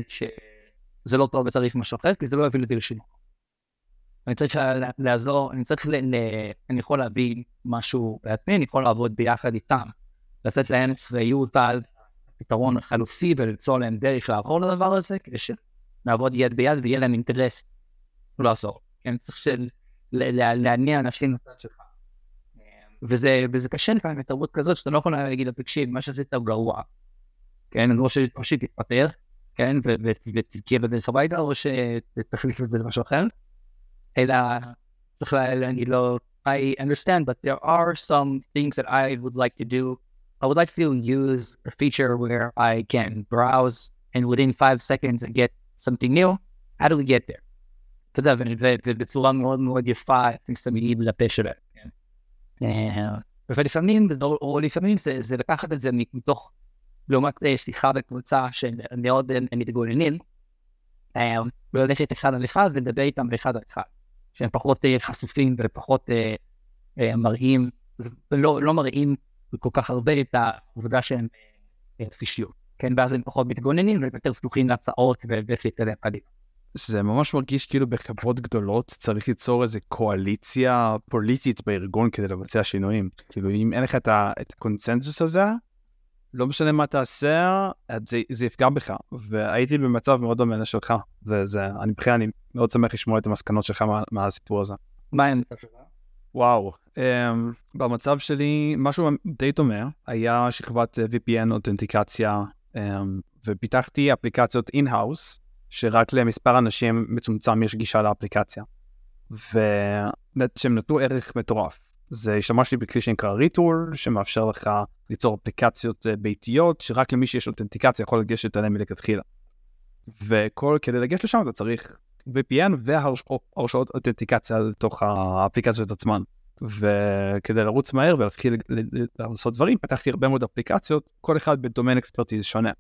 שזה לא טוב וצריך משהו אחר, כי זה לא יביא אותי לשינוי. אני צריך לעזור, אני צריך, אני יכול להביא משהו בעצמי, אני יכול לעבוד ביחד איתם, לתת להם אחריות על פתרון החלופי, ולמצוא להם דרך לעבור לדבר הזה, כדי שנעבוד יד ביד ויהיה להם אינטרס לעזור. אני צריך להניע אנשים לצד שלך. וזה, וזה קשה לפעמים בתרבות כזאת, שאתה לא יכול להגיד לו, תקשיב, מה שעשית הוא גרוע. כן, אז או שתתפטר, כן, ותתקיע בדרך הביתה, או שתחליף את זה למשהו אחר. אלא, צריך להגיד לו, I understand, but there are some things that I would like to do. I would like to use a feature where I can browse, and within five seconds I get something new. How do we get there? אתה יודע, ובצורה מאוד מאוד יפה, תמיד לפה שלהם. ולפעמים, או לפעמים זה לקחת את זה מתוך, לעומת שיחה בקבוצה שמאוד מתגוננים, וללכת אחד על אחד ולדבר איתם באחד על אחד, שהם פחות חשופים ופחות מראים, לא מראים כל כך הרבה את העובדה שהם פישיות, כן, ואז הם פחות מתגוננים ויותר פתוחים להצעות ולהתקדם קדימה. זה ממש מרגיש כאילו בחברות גדולות צריך ליצור איזו קואליציה פוליטית בארגון כדי לבצע שינויים. כאילו אם אין לך את, ה- את הקונצנזוס הזה, לא משנה מה תעשה, זה, זה יפגע בך. והייתי במצב מאוד דומה לשלך, וזה, אני בכלל, אני מאוד שמח לשמוע את המסקנות שלך מה, מהסיפור הזה. מה המצב שלך? וואו, um, במצב שלי משהו די דומה, היה שכבת וי פי אן אותנטיקציה, um, ופיתחתי אפליקציות אין-האוס, שרק למספר אנשים מצומצם יש גישה לאפליקציה, ושהם נתנו ערך מטורף. זה השתמשתי בכלי שנקרא ריטול, שמאפשר לך ליצור אפליקציות ביתיות, שרק למי שיש אותנטיקציה יכול לגשת עליהם מלכתחילה. וכל, כדי לגשת לשם אתה צריך וי פי אן והרשאות אותנטיקציה לתוך האפליקציות עצמן. וכדי לרוץ מהר ולהתחיל לעשות דברים, פתחתי הרבה מאוד אפליקציות, כל אחד בדומיין אקספרטיז שונה.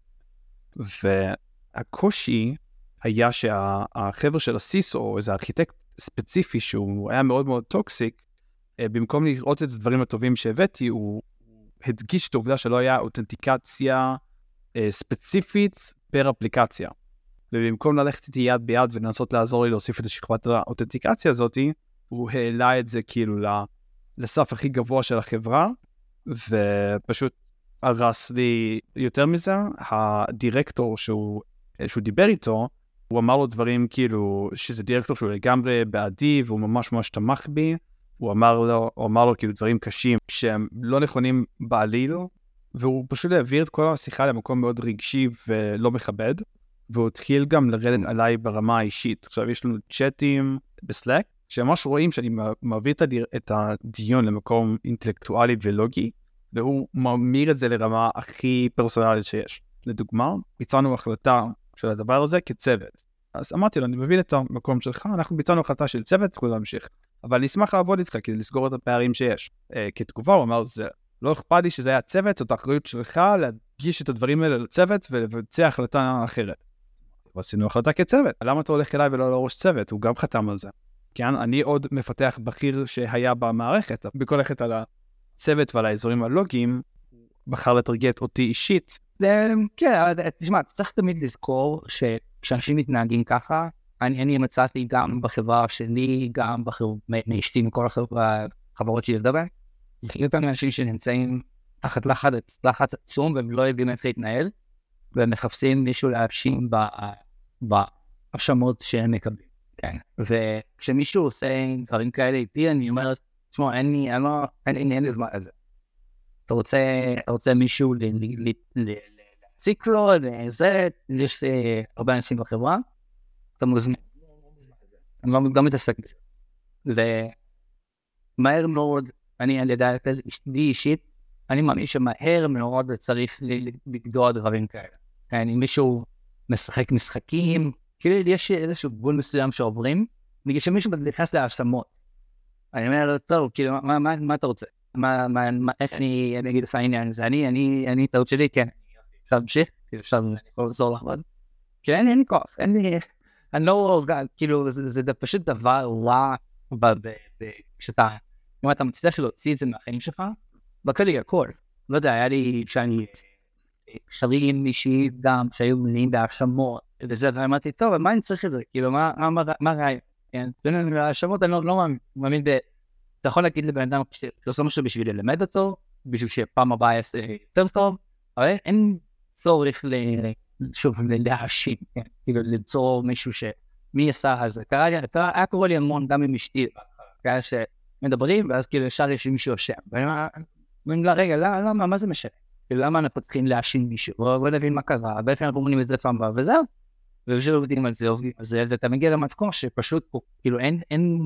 והקושי היה שהחבר של הסיס, או איזה ארכיטקט ספציפי שהוא היה מאוד מאוד טוקסיק, במקום לראות את הדברים הטובים שהבאתי, הוא הדגיש את העובדה שלא היה אותנטיקציה ספציפית פר אפליקציה. ובמקום ללכת איתי יד ביד ולנסות לעזור לי להוסיף את השכבת האותנטיקציה הזאת, הוא העלה את זה כאילו לסף הכי גבוה של החברה, ופשוט הרס לי יותר מזה. הדירקטור שהוא, שהוא דיבר איתו, הוא אמר לו דברים כאילו, שזה דירקטור שהוא לגמרי בעדי, והוא ממש ממש תמך בי, הוא אמר לו, הוא אמר לו כאילו דברים קשים שהם לא נכונים בעליל, והוא פשוט העביר את כל השיחה למקום מאוד רגשי ולא מכבד, והוא התחיל גם לרדת עליי ברמה האישית. עכשיו יש לנו צ'אטים בסלאק, שממש רואים שאני מעביר את הדיון למקום אינטלקטואלי ולוגי, והוא ממיר את זה לרמה הכי פרסונלית שיש. לדוגמה, ביצענו החלטה של הדבר הזה כצוות. אז אמרתי לו, אני מבין את המקום שלך, אנחנו ביצענו החלטה של צוות, אנחנו נמשיך. אבל אני אשמח לעבוד איתך כדי לסגור את הפערים שיש. כתגובה הוא אמר, זה לא אכפת לי שזה היה צוות, זאת האחריות שלך להדגיש את הדברים האלה לצוות ולבצע החלטה אחרת. ועשינו החלטה כצוות. למה אתה הולך אליי ולא לראש צוות? הוא גם חתם על זה. כן, אני עוד מפתח בכיר שהיה במערכת, בכל לכת על הצוות ועל האזורים הלוגיים, בחר לטרגט אותי אישית. כן, תשמע, צריך תמיד לזכור שכשאנשים מתנהגים ככה, אני מצאתי גם בחברה שלי, גם מאשתי מכל החברות שלי לדבר, זה יותר מאנשים שנמצאים תחת לחץ עצום, והם לא יודעים איך להתנהל, והם מחפשים מישהו להאשים בהאשמות שהם מקבלים. כן. וכשמישהו עושה דברים כאלה איתי, אני אומר, תשמע, אין לי, אין לו, אין לי זמן לזה. אתה רוצה, אתה רוצה מישהו להציק לו, וזה, יש הרבה אנשים בחברה, אתה מוזמן. אני לא גם מתעסק בזה. ומהר מאוד, אני על ידי לי אישית, אני מאמין שמהר מאוד צריך לגדוע דברים כאלה. כן, אם מישהו משחק משחקים, כאילו יש איזשהו גבול מסוים שעוברים, בגלל שמישהו נכנס להאשמות. אני אומר, טוב, כאילו, מה, מה, מה אתה רוצה? מה, מה, מה, איך אני, אני אגיד את העניין הזה? אני, אני, אני, טעות שלי, כן. אפשר להמשיך? כאילו, אפשר, אני יכול לעזור לך עוד? כאילו, אין לי, אין לי כוח, אין לי, אני לא, כאילו, זה, זה פשוט דבר רע, כשאתה, אם אתה מצליח להוציא את זה מהחיים שלך, בקלי הכל. לא יודע, היה לי, שאני, שרים מישהי גם, שהיו מלאים בהאשמות, וזה, ואמרתי, טוב, מה אני צריך את זה? כאילו, מה, מה, מה רעי? כן, ההאשמות, אני לא מאמין ב... אתה יכול להגיד לבן אדם, שעושה משהו בשביל ללמד אותו, בשביל שפעם הבאה יעשה יותר טוב, אבל אין צורך שוב, להאשים, כאילו, למצוא מישהו שמי עשה את זה. היה קורא לי המון גם עם אשתי, כאלה שמדברים, ואז כאילו ישר יש מישהו אשם. ואני אומר, רגע, למה, מה זה משנה? כאילו, למה אנחנו צריכים להאשים מישהו? בוא נבין מה קרה, בעצם אנחנו אומרים את זה פעם הבאה, וזהו. ובשביל עובדים על זה, עובדים על זה, ואתה מגיע למתכון שפשוט, כאילו, אין, אין,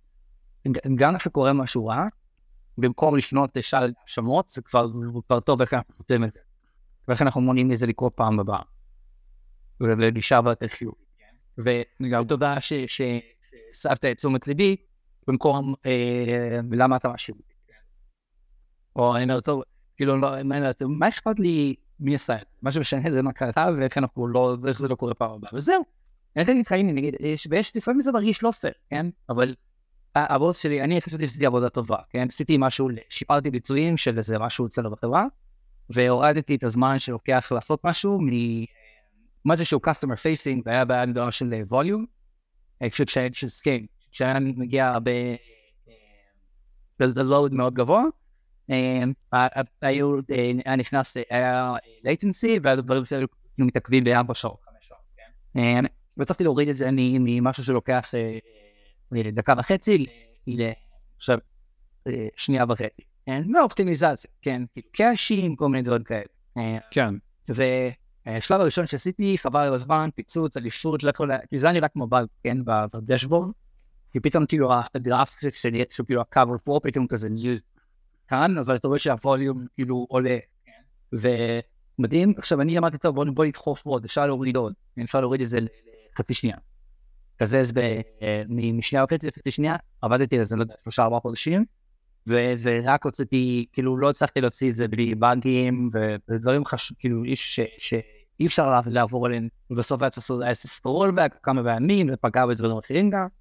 גם כשקורה משהו רע, במקום לפנות לשאל שמות, זה כבר, כבר טוב, איך אנחנו חותמים את זה. ואיך אנחנו מונעים לזה לקרוא פעם הבאה. ולגישה ואתה חיובי, כן? ותודה שסבת את תשומת ליבי, במקום, למה אתה משהו? או אני אומר, טוב, כאילו, מה אכפת לי מי עשה את זה? מה שמשנה זה מה קרה, ואיך אנחנו לא, איך זה לא קורה פעם הבאה. וזהו. אני חייב להתחיל, נגיד, ויש לפעמים זה מרגיש לא פייר, כן? אבל הבוס שלי, אני חשבתי שעשיתי עבודה טובה, כן? עשיתי משהו, שיפרתי ביצועים של איזה משהו אצלנו בחברה, והורדתי את הזמן שלוקח לעשות משהו ממשהו שהוא customer facing, והיה בהגדרה של volume, כשהיה של scale, כשהיה מגיע ב-load מאוד גבוה, היה נכנס, היה latency, והדברים שהיו מתעכבים בארבע שעות, חמש שעות, כן? וצריכתי להוריד את זה ממשהו שלוקח דקה וחצי, עכשיו שנייה וחצי. לא אופטימיזציה, כן, כאילו קאשים, כל מיני דברים כאלה. כן. ושלב הראשון שעשיתי, חבל על הזמן, פיצוץ, אליפות, כי זה נראה כמו באג, כן, בדשבורד, כי פתאום כאילו הגרף שלי, שכאילו הקו פה פתאום כזה ניוז כאן, אבל אתה רואה שהווליום כאילו עולה, ומדהים. עכשיו אני אמרתי טוב, בוא נדחוף עוד, אפשר להוריד עוד, אפשר להוריד את זה לחצי שנייה. כזה זה משנייה וחצי לחצי שנייה, עבדתי על זה, לא יודע, שלושה ארבעה חודשים, וזה רק הוצאתי, כאילו לא הצלחתי להוציא את זה בלי באגים, ודברים חשובים, כאילו איש שאי אפשר לעבור עליהם, ובסוף היה צריך רולבק כמה פעמים, ופגע בדברים אחרים גם,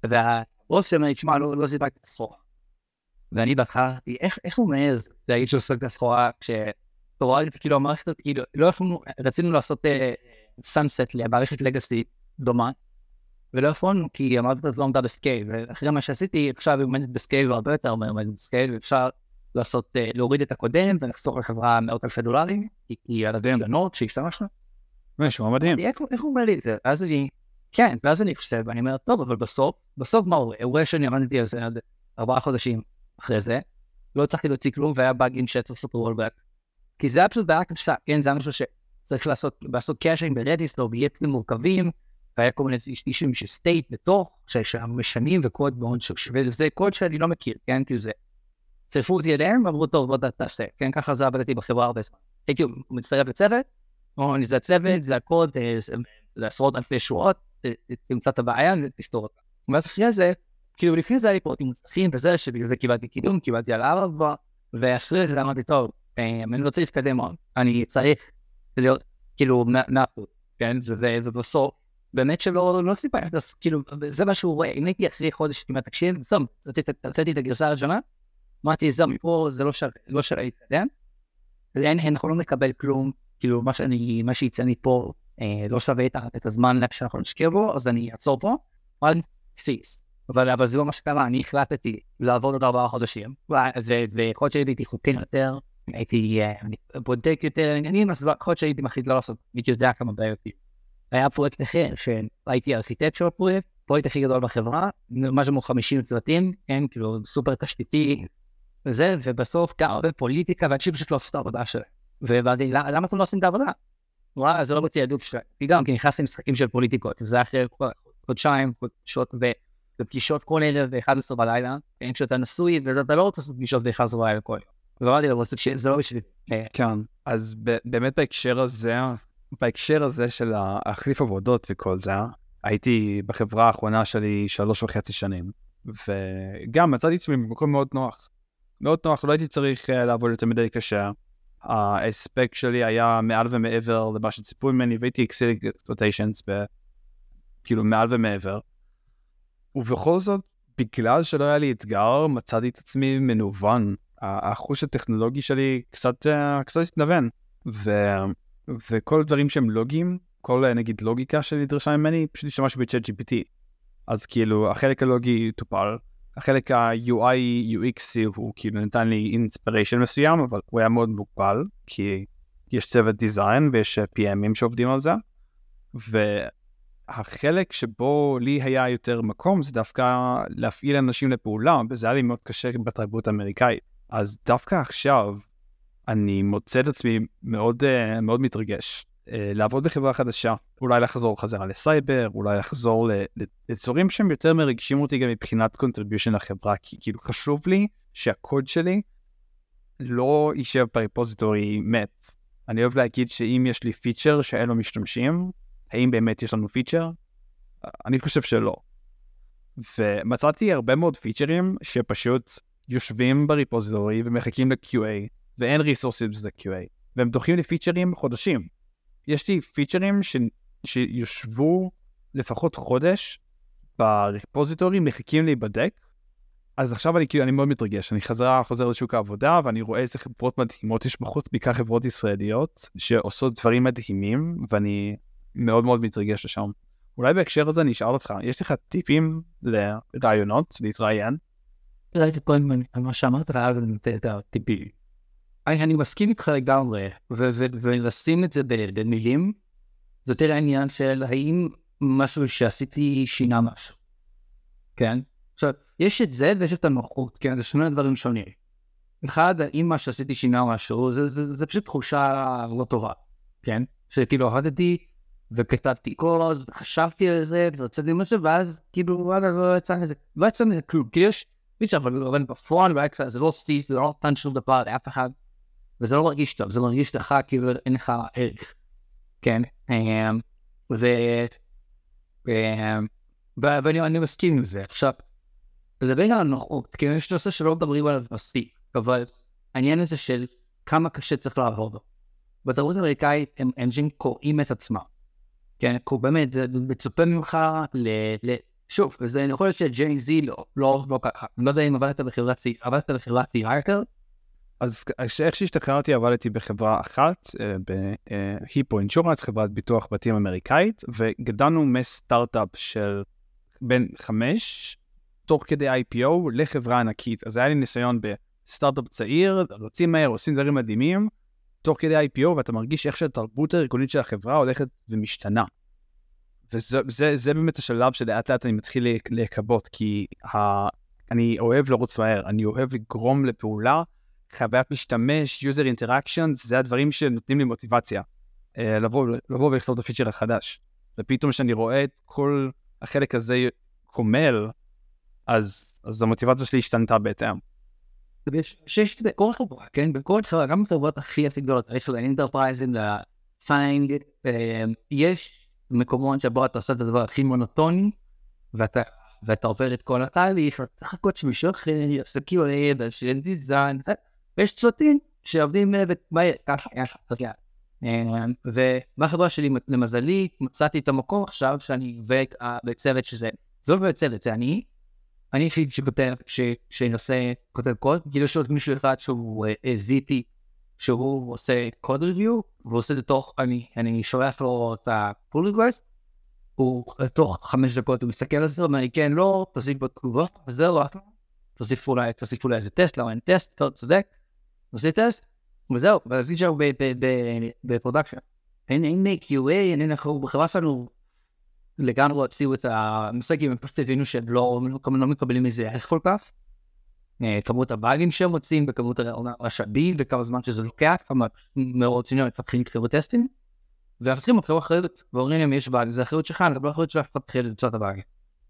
והראש שלנו נשמע, לא סיפק את הסחורה. ואני בהתחלתי, איך הוא מעז להגיד שהוא סיפק את הסחורה, כשתורא לי, כאילו המערכת, כאילו, לא יכולנו, רצינו לעשות סאנסט למערכת לגאסי דומה, ולא יכולנו, כי המערכת הזאת לא עמדה בסקייל, ואחרי מה שעשיתי, עכשיו היא עומדת בסקייל והרבה יותר עומדת בסקייל, ואפשר לעשות, להוריד את הקודם, ונחסוך לחברה מאות אלפי דולרים, כי על הדברים גנות שהשתמש לה. משהו מדהים. איך הוא אומר לי את זה? אז אני, כן, ואז אני חושב, ואני אומר, טוב, אבל בסוף, בסוף מה הוא רואה? הוא רואה שאני עמדתי על זה עד ארבעה חודשים אחרי זה, לא הצלחתי להוציא כלום, והיה באגים שצריך סופר רולבק. כי זה היה פשוט בעיה קשה, כן, זה היה משהו שצריך לעשות, לעשות קאשינג ברדיס, לא באייפים מורכבים, והיה כל מיני אישים של סטייט בתוך, שמשנים וקוד מאוד שווה, וזה קוד שאני לא מכיר, כן, כאילו זה. צרפו אותי אליהם, ואמרו, טוב, בוא תעשה, כן, ככה זה עבדתי בחברה הרבה זמן. הייתי מצטרף לצוות, או אני זה הצוות, זה הקוד, זה עשרות אלפי שורות, תמצא את הבעיה ותסתור אותה. ואז אחרי זה, כאילו לפני זה היה לי פרוטים מוצלחים, וזה שבגלל זה קיבלתי קידום, קיבלתי על ארבע כבר, ואחרי זה אמרתי, טוב, אני רוצה להתקדם עוד, אני צריך להיות, כאילו, מאחוז, כן, זה בסוף, באמת שלא לא סיפר, אז כאילו, זה מה שהוא רואה, אם הייתי אחרי חודש כמעט תקשיב, זום, רציתי את הגרסה הראשונה, אמרתי, זום, פה זה לא שווה, לא שווה להתקדם, אנחנו לא נקבל כלום, כאילו, מה שאני, מה שיצאני פה, לא שווה את הזמן שאנחנו נשקיע בו, אז אני אעצור פה, אבל סיס. אבל, אבל זה לא מה שקרה, אני החלטתי לעבוד עוד ארבעה חודשים, ויכול להיות שהייתי חוקר יותר, הייתי בודק יותר עניינים, אז יכול להיות שהייתי מחליט לא לעשות, הייתי יודע כמה בעיות. היה פרויקט אחר, שהייתי ארכיטקט של הפרויקט, פרויקט הכי גדול בחברה, משהו כמו חמישים צוותים, כן, כאילו סופר תשתיתי, וזה, ובסוף גם הרבה פוליטיקה, ואנשים פשוט לא עשו את העבודה שלהם. ואמרתי, למה אתם לא עושים את העבודה? וואלה, זה לא בתיעדוף שלהם. וגם, כי נכנסתי למשחקים של פוליטיקות, וזה אחרי חודשיים, חודשות ופגישות כל ערב ב-אחת עשרה בלילה, אין שאתה נשוי, ואתה לא רוצה לעשות פגישות ב-אחת עשרה בלילה כל יום. ואמרתי, זה לא בשביל... כן, אז באמת בהקשר הזה, בהקשר הזה של להחליף עבודות וכל זה, הייתי בחברה האחרונה שלי שלוש וחצי שנים, וגם מצאתי עצמי במקום מאוד נוח. מאוד נוח, לא הייתי צריך לעבוד יותר מדי קשה. האספקט שלי היה מעל ומעבר למה שציפו ממני, והייתי אקסיל אקספלוטיישנס, כאילו מעל ומעבר. ובכל זאת, בגלל שלא היה לי אתגר, מצאתי את עצמי מנוון. החוש הטכנולוגי שלי קצת, קצת התנוון. ו... וכל דברים שהם לוגיים, כל נגיד לוגיקה שנדרשה ממני, פשוט השתמשתי ב-צ'אט ג'י פי טי. אז כאילו, החלק הלוגי טופל, החלק ה-יו איי, יו אקס הוא כאילו נתן לי אינספיריישן מסוים, אבל הוא היה מאוד מוגבל, כי יש צוות דיזיין ויש פי אמים שעובדים על זה, והחלק שבו לי היה יותר מקום, זה דווקא להפעיל אנשים לפעולה, וזה היה לי מאוד קשה בתרבות האמריקאית. אז דווקא עכשיו, אני מוצא את עצמי מאוד, מאוד מתרגש. לעבוד בחברה חדשה, אולי לחזור חזרה לסייבר, אולי לחזור לצורים שהם יותר מרגשים אותי גם מבחינת קונטריביושן לחברה, כי כאילו חשוב לי שהקוד שלי לא יישב בריפוזיטורי מת. אני אוהב להגיד שאם יש לי פיצ'ר שאין לו משתמשים, האם באמת יש לנו פיצ'ר? אני חושב שלא. ומצאתי הרבה מאוד פיצ'רים שפשוט יושבים בריפוזיטורי ומחכים ל-קיו איי, ואין ריסורסים ל-קיו איי, והם דוחים לי פיצ'רים חודשים. יש לי פיצ'רים ש... שיושבו לפחות חודש בריפוזיטורי, מחכים להיבדק, אז עכשיו אני כאילו, אני מאוד מתרגש, אני חזרה, חוזר לשוק העבודה, ואני רואה איזה חברות מדהימות יש בחוץ, בעיקר חברות ישראליות, שעושות דברים מדהימים, ואני מאוד מאוד מתרגש לשם. אולי בהקשר הזה אני אשאל אותך, יש לך טיפים לרעיונות, להתראיין? ראיתי פה על מה שאמרת, ואז אני נותן את הטיפים. אני מסכים איתך לגמרי, ולשים את זה במילים, זה יותר העניין של האם משהו שעשיתי שינה משהו. כן? עכשיו, יש את זה ויש את הנוחות, כן? זה שני דברים שונים. אחד, האם מה שעשיתי שינה משהו, זה, זה, זה פשוט תחושה לא טובה, כן? שכאילו, עבדתי וכתבתי קוד, וחשבתי על זה, ורציתי משהו, ואז כאילו, וואלה, לא יצא מזה, לא יצא מזה כלום, כאילו יש, ביצ'ה, אבל בפועל, זה לא סטיף, זה לא נתן שום דבר לאף אחד, וזה לא מרגיש טוב, זה מרגיש לך כאילו אין לך ערך, כן, ואני מסכים עם זה. עכשיו, לדבר על הנוחות, כי יש נושא שלא מדברים עליו מספיק, אבל העניין הזה של כמה קשה צריך לעבוד. בתרבות האמריקאית הם אנג'ים קוראים את עצמם, כן, כי באמת מצופה ממך ל... שוב, וזה יכול להיות שג'יי זי לא, לא, לא ככה, אני לא יודע אם עבדת בחברת צעירה, עבדת בחברת צעירה יותר? אז איך שהשתחררתי עבדתי בחברה אחת, בהיפו אינשורנס, חברת ביטוח בתים אמריקאית, וגדלנו מסטארט-אפ של בין חמש, תוך כדי איי פי או לחברה ענקית. אז היה לי ניסיון בסטארט-אפ צעיר, רצים מהר, עושים דברים מדהימים, תוך כדי איי פי או, ואתה מרגיש איך שהתרבות הארגונית של החברה הולכת ומשתנה. וזה זה, זה באמת השלב שלאט לאט אני מתחיל להקבות, כי ה... אני אוהב לרוץ מהר, אני אוהב לגרום לפעולה, חוויית משתמש, user interaction, זה הדברים שנותנים לי מוטיבציה, לבוא, לבוא ולכתוב את הפיצ'ר החדש. ופתאום שאני רואה את כל החלק הזה קומל, אז, אז המוטיבציה שלי השתנתה בהתאם. שיש בכל חברה, כן? בכל חברה, גם בחברות הכי הכי גדולות, יש לה אינטרפרייזים, לפיינג, יש מקומות שבו אתה עושה את הדבר הכי מונוטוני, ואתה, ואתה עובר את כל התהליך, ואתה חכות שמישהו אחר, יעשה קיו איי, ויש דיזיין, ויש צוותים שעובדים מהר, ככה, ככה, ובחברה שלי, למזלי, מצאתי את המקום עכשיו, שאני עובד בצוות שזה, זה לא בצוות, זה אני, אני חושב שכותב, שנושא כותב קוד, כאילו יש עוד מישהו אחד שהוא וי פי, שהוא עושה קוד ריוויו, והוא עושה את זה תוך, אני, אני שולח לו את ה-pull request, הוא תוך חמש דקות, הוא מסתכל על זה, אומר לי, כן, לא, תוסיף בו תגובות, וזה לא, תוסיפו לה, תוסיפו לה איזה טסט, לא, אין טסט, אתה צודק, תוסיף טסט, וזהו, ועשיתי שם בפרודקשן. אין קיו איי, אין אנחנו, בחברה שלנו, לגמרי הציעו את המושגים, הם פשוט הבינו שהם לא מקבלים איזה ערך כל כך, כמות הבאגים שהם מוצאים, בכמות הרשבים, וכמה זמן שזה לוקח, כמה מאוד ציונים מפתחים לכתוב טסטים, והמפתחים מפתחים אחריות, ואומרים להם יש באג, זה אחריות שלך, אני לא אחריות שלך תתחיל למצוא את הבאג.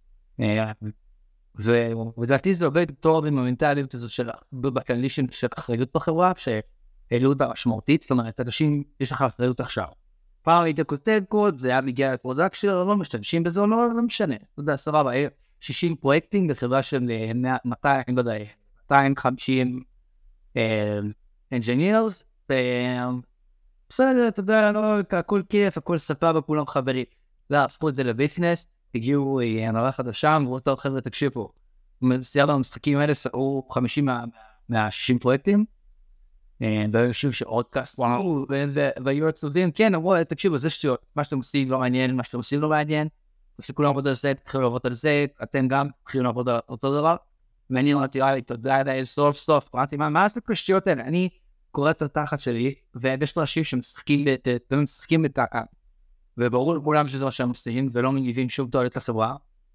ודעתי זה עובד טוב עם המנטליות הזאת של בקנלישן של אחריות בחברה, שהעלו אותה משמעותית, זאת אומרת, אנשים, יש לך אחריות עכשיו. פעם היית כותב קוד, זה היה מגיע לפרודקשן, לא משתמשים בזה, לא, לא משנה. אתה יודע, סבבה, שישים פרויקטים בחברה של מאתיים, לא יודע, מאתיים וחמישים engineers, בסדר, אתה יודע, הכל כיף, הכל סבבה, כולם חברים. לא, הפכו את זה לביזנס, הגיעו הנהלה חדשה, ואומרו טוב, חבר'ה, תקשיבו, סיימת המשחקים האלה, סעו חמישים מה-שישים פרויקטים, והיו יושבים שעוד קאסט, והיו עצובים, כן, אמרו, תקשיבו, זה שטויות, מה שאתם עושים לא מעניין, מה שאתם עושים לא מעניין, תפסיקו לעבוד על זה, תתחילו לעבוד על זה, אתם גם תתחילו לעבוד על אותו דבר, ואני אמרתי, ראי, תודה לאל, סוף סוף, אמרתי, מה זה קשטויות האלה? אני קורא את התחת שלי, ויש אנשים שמשחקים בתחת, וברור לכולם שזה מה שהם עושים, ולא מגיבים שום תועלת לחברה,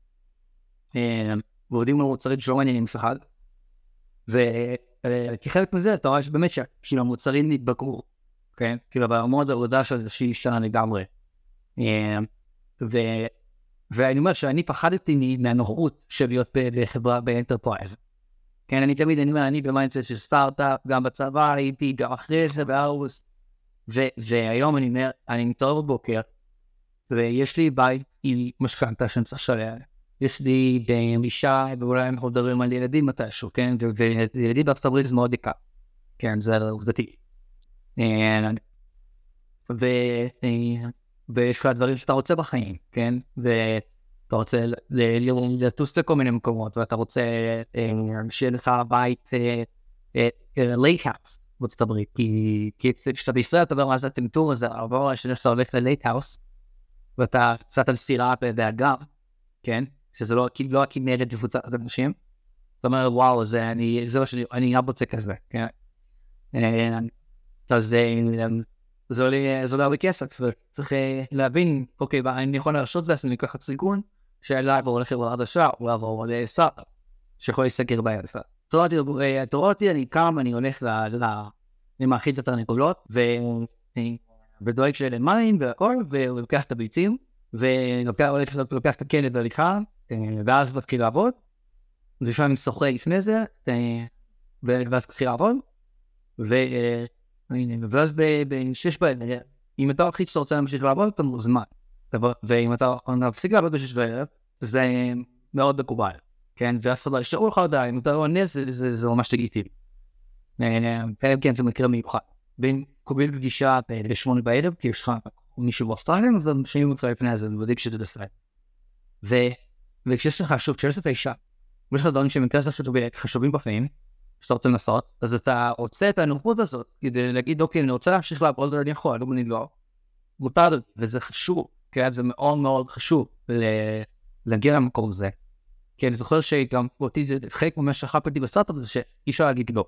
ועובדים על מוצרים שלא מעניינים אף אחד, וכחלק מזה, אתה רואה שבאמת שהמוצרים נתבגרו, כן? כאילו, ברמות העבודה של שהיא השתנה לגמרי. ואני אומר שאני פחדתי מהנוחות של להיות בחברה באנטרפרייז. כן, אני תמיד, אני אומר, אני במיינדסט של סטארט-אפ, גם בצבא הייתי, גם אחרי זה בארוס, והיום אני אומר, אני מתעורר בבוקר, ויש לי בית עם משכנתה שאני צריך לשלם, יש לי אישה, ואולי אנחנו מדברים על ילדים מתישהו, כן, וילדים בארצות הברית זה מאוד יקר, כן, זה עובדתי. ויש לך דברים שאתה רוצה בחיים, כן, ואתה רוצה לטוס לכל מיני מקומות, ואתה רוצה שיהיה לך בית לייט האוס בארצות הברית, כי כשאתה בישראל אתה אומר מה זה הטמטור הזה, אבל שאתה הולך ללייט האוס, ואתה קצת על סירה באגם, כן, שזה לא הכנרת לפוצת את אנשים, זאת אומרת, וואו, זה אני, זה מה שאני, אני גם רוצה כזה, כן, אז זה עולה הרבה כסף, וצריך להבין, אוקיי, אני יכול להרשות לעצמי לקחת סיכון, שאלה עבור לחברה חדשה, או לעבור לסטארט-אפ, שיכול להסתגר באמצע. תראו אותי, אני קם, אני הולך למאכיל את התרנגולות, ודואג שאלה מים והכל, והוא לוקח את הביצים, ולוקח את הכלב בהליכה, ואז מתחיל לעבוד, ולפעמים שוחה לפני זה, ואז מתחיל לעבוד, ואז בשש בערב, אם אתה הולכית שאתה רוצה להמשיך לעבוד, אתה מוזמן, ואם אתה מפסיק לעבוד בשש בערב, זה מאוד מקובל, כן, ואף אחד לא ישארו לך הודעה, אם אתה לא עונה, זה ממש לגיטימי. כן, זה מקרה מיוחד. ואם קובעים פגישה בשמונה בערב, כי יש לך מישהו באוסטרליה, אז הם שמים אותך לפני זה, ובודק שזה בסדר. וכשיש לך, שוב, כשיש לך אישה, ויש לך דברים שהם יותר חשובים בחיים, שאתה רוצה לנסות, אז אתה רוצה את הנוחות הזאת, כדי להגיד, אוקיי, אני רוצה להמשיך לעבוד, אני יכול, לא אני לא. מותר, וזה חשוב, כן, זה מאוד מאוד חשוב להגיע למקום הזה. כי אני זוכר שגם אותי, זה חלק ממה שחפתי בסטארט-אפ, זה שאי אפשר להגיד לא.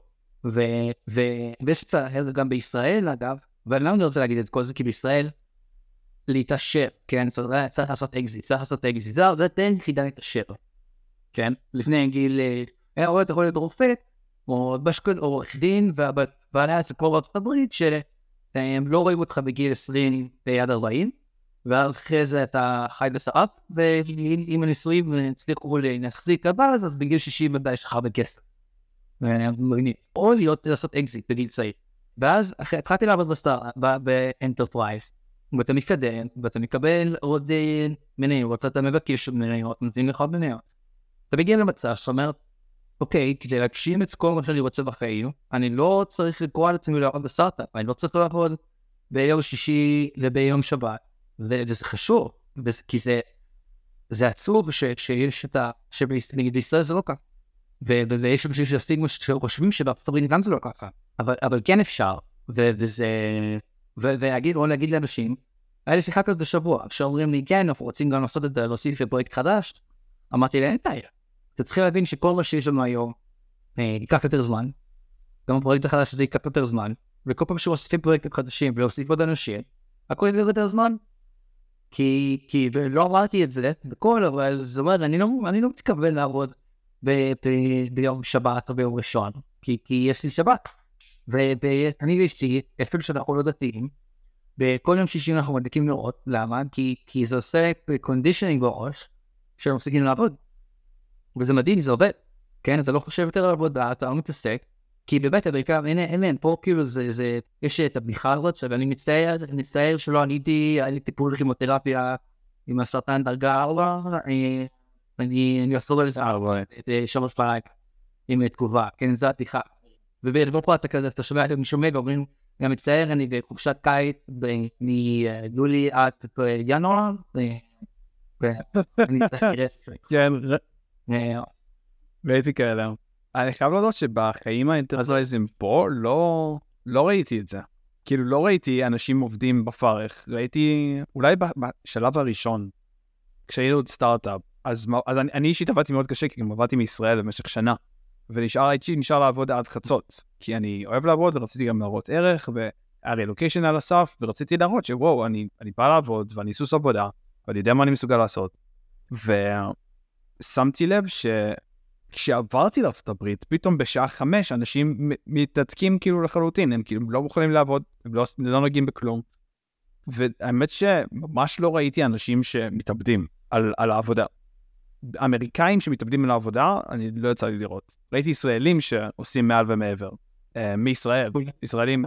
ויש את זה גם בישראל, אגב, ואני לא רוצה להגיד את כל זה, כי בישראל, להתעשר, כן, צריך לעשות אקזיט, צריך לעשות אקזיט, זה תן חידה להתעשר, כן, לפני גיל, או אתה יכול להיות רופא, או בשקוד, או עורך דין, ועליה זה פה בארצות הברית, שהם לא רואים אותך בגיל עשרים עד ארבעים, ואחרי זה אתה חי בסרף, ואם הניסויים הצליחו להחזיק הבאז, אז בגיל שישים אתה יש לך הרבה כסף. או להיות לעשות אקזיט בגיל צעיר. ואז התחלתי לעבוד באנטרפרייז, ואתה מתקדם, ואתה מקבל עוד מניות, ואתה מבקש עוד מניות, נותנים לך עוד מניות. אתה מגיע למצב שאתה אומר, אוקיי, כדי להגשים את כל מה שאני רוצה בחיים, אני לא צריך לקרוא על עצמי לעבוד בסטארט-אפ, אני לא צריך לעבוד ביום שישי וביום שבת, וזה חשוב, כי זה עצוב שיש את ה... שבישראל זה לא ככה. ויש אנשים שהסטיגמה שחושבים שבארצות הברית גם זה לא ככה, אבל כן אפשר, וזה... ולהגיד, או להגיד לאנשים, היה לי שיחה כזאת בשבוע, שאומרים לי, כן, אנחנו רוצים גם לעשות את זה, להוסיף לפרויקט חדש, אמרתי לי, אין בעיה. אתה צריך להבין שכל מה שיש לנו היום, ייקח יותר זמן, גם הפרויקט החדש הזה ייקח יותר זמן, וכל פעם שמוסיפים פרויקטים חדשים ולהוסיף עוד אנשים, הכל ייקח יותר זמן. כי, כי, ולא אמרתי את זה, בכל, אבל זאת אומרת, אני לא, אני לא מתכוון לעבוד ב, ב, ביום שבת או ביום ראשון, כי, כי יש לי שבת. ואני ואשתי, אפילו שאנחנו לא דתיים, בכל יום שישי אנחנו מדליקים נרות, למה? כי, כי זה עושה קונדישנינג בראש, שאנחנו מפסיקים לעבוד. וזה מדהים, זה עובד. כן, אתה לא חושב יותר על עבודה, אתה לא מתעסק, כי באמת, בעיקר, אין, אין, אין, פה כאילו זה, זה, יש את הבדיחה הזאת, שאני מצטער, אני מצטער שלא עניתי, היה לי טיפול כימותרפיה עם הסרטן דרגה ארבע, אני, אני, אני אחזור על זה ארבע, את שלוש פעמים, עם תגובה, כן, זו הבדיחה. ובדבר פה אתה כזה, אתה שומע, אני שומע ואומרים, אני מצטער, אני בחופשת קיץ, מיולי עד ינואר, ואני מצטער, כן, ראיתי כאלה. אני חייב להודות שבחיים האינטרפרייזים פה לא, לא ראיתי את זה. כאילו לא ראיתי אנשים עובדים בפרך, ראיתי אולי בשלב הראשון, כשהיינו עוד סטארט-אפ, אז, אז אני, אני אישית עבדתי מאוד קשה, כי גם עבדתי מישראל במשך שנה, ונשאר הייתי נשאר לעבוד עד חצות, כי אני אוהב לעבוד ורציתי גם להראות ערך, והרילוקיישן על הסף, ורציתי להראות שוואו, אני, אני בא לעבוד, ואני סוס עבודה, ואני יודע מה אני מסוגל לעשות. ושמתי לב ש... כשעברתי לארצות הברית, פתאום בשעה חמש אנשים מתעדקים כאילו לחלוטין, הם כאילו לא מוכנים לעבוד, הם לא, לא נוגעים בכלום. והאמת שממש לא ראיתי אנשים שמתאבדים על, על העבודה. אמריקאים שמתאבדים על העבודה, אני לא יצא לי לראות. ראיתי ישראלים שעושים מעל ומעבר. Uh, מישראל, ישראלים...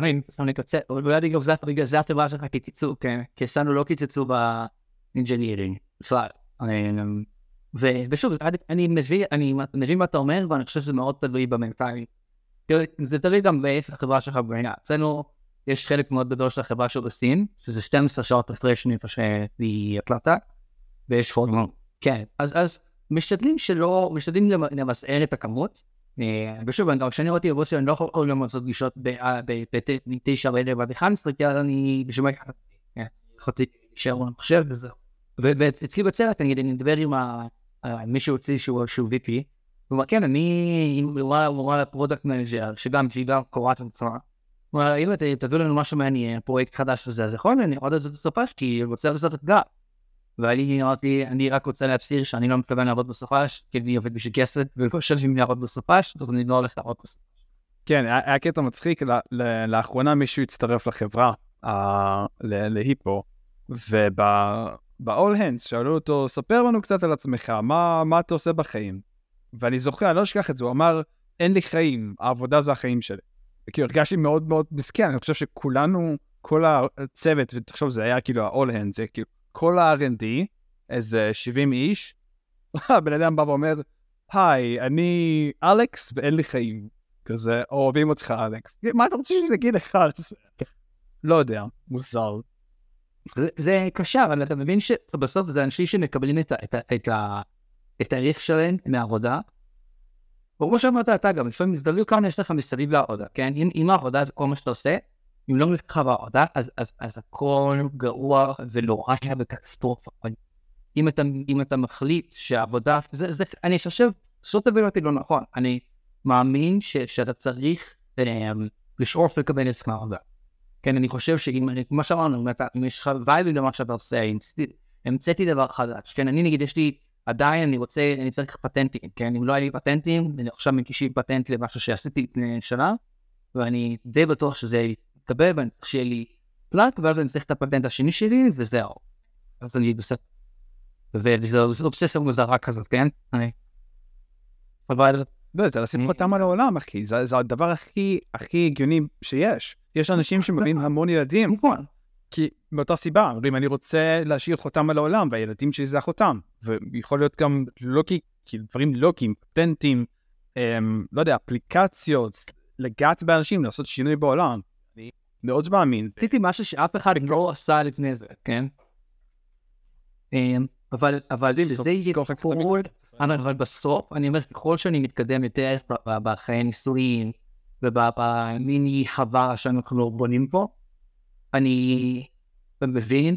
בגלל זה החברה שלך קיצצו, כי אצלנו לא קיצצו באינג'ינירינג, בכלל. ושוב, אני מבין, אני מבין מה אתה אומר, ואני חושב שזה מאוד תלוי במנטלי. זה תלוי גם באיפה החברה שלך בעינה. אצלנו יש חלק מאוד גדול של החברה שלו בסין, שזה שתים עשרה שעות הפרש מאיפה שהיא הקלטה, ויש חוד. כן, אז משתדלים שלא, משתדלים למסער את הכמות, ושוב, גם כשאני ראיתי בבוס שאני לא יכול גם לעשות גישות ב-תשע בערב עד אחת עשרה, כי אז אני בשביל מה יכולתי להישאר במחשב וזהו. ואצלי בצוות אני מדבר עם מי שהוציא שהוא וי פי, הוא אומר, כן, אני מורה לפרודקט מנג'ר, שגם שהיא גם קוראת בצורה, הוא אומר, אם תביאו לנו משהו מעניין, פרויקט חדש וזה, אז יכול, אני יכול לעשות את הסופש, כי אני רוצה לעשות את גר. ואני אמרתי, אני רק רוצה להפסיר שאני לא מתכוון לעבוד בסופש, כי אני עובד בשביל כסף, ולא שואלים לעבוד בסופש, אז אני לא הולך לעבוד בסופש. כן, היה קטע מצחיק, לאחרונה מישהו הצטרף לחברה, להיפו, וב-all hands שאלו אותו, ספר לנו קצת על עצמך, מה, מה אתה עושה בחיים? ואני זוכר, אני לא אשכח את זה, הוא אמר, אין לי חיים, העבודה זה החיים שלי. כי הרגשתי מאוד מאוד מסכן, אני חושב שכולנו, כל הצוות, ותחשוב, זה היה כאילו ה-all hands, זה כאילו, כל ה-אר אנד די, איזה שבעים איש, הבן אדם בא ואומר, היי, אני אלכס ואין לי חיים. כזה, אוהבים אותך, אלכס. מה אתה רוצה שנגיד לך על זה? לא יודע, מוזר. זה, זה קשה, אבל אתה מבין שבסוף זה אנשים שמקבלים את, את, את, את העריך שלהם מהעבודה. וכמו שאמרת אתה גם, לפעמים מזדלו כמה יש לך מסביב לעבודה, כן? אם, אם העבודה זה כל מה שאתה עושה, אם לא לך בעבודה, אז, אז, אז הכל גרוע ולא רק בקטסטרופה. אם אתה, אם אתה מחליט שהעבודה, זה, זה, אני חושב, זאת תבין אותי לא נכון. אני מאמין ש, שאתה צריך um, לשאוף לקבל את העבודה. כן, אני חושב שאם, כמו שאמרנו, אם יש לך ויילים למה שאתה עושה, המצאתי דבר חדש, כן, אני נגיד, יש לי, עדיין אני רוצה, אני צריך פטנטים, כן, אם לא היה לי פטנטים, אני עכשיו מגיש פטנט למשהו שעשיתי לפני שנה, ואני די בטוח שזה יתקבל, ואני צריך שיהיה לי פלט, ואז אני צריך את הפטנט השני שלי, וזהו. אז אני בסדר. וזו אובססיה מוזרה כזאת, כן? אבל... לא, זה לשים אותם על העולם, אחי. זה הדבר הכי, הכי הגיוני שיש. יש אנשים שמביאים המון ילדים. כי באותה סיבה, אומרים, אני רוצה להשאיר חותם על העולם, והילדים שלי זה החותם. ויכול להיות גם לוקי, דברים לוקים, פטנטים, לא יודע, אפליקציות, לגעת באנשים, לעשות שינוי בעולם. אני מאוד מאמין. עשיתי משהו שאף אחד לא עשה לפני זה, כן? אבל, אבל זה יכול, אבל בסוף, אני אומר, ככל שאני מתקדם יותר בחיי ניסויים, ובמיני חווה שאנחנו בונים פה, אני מבין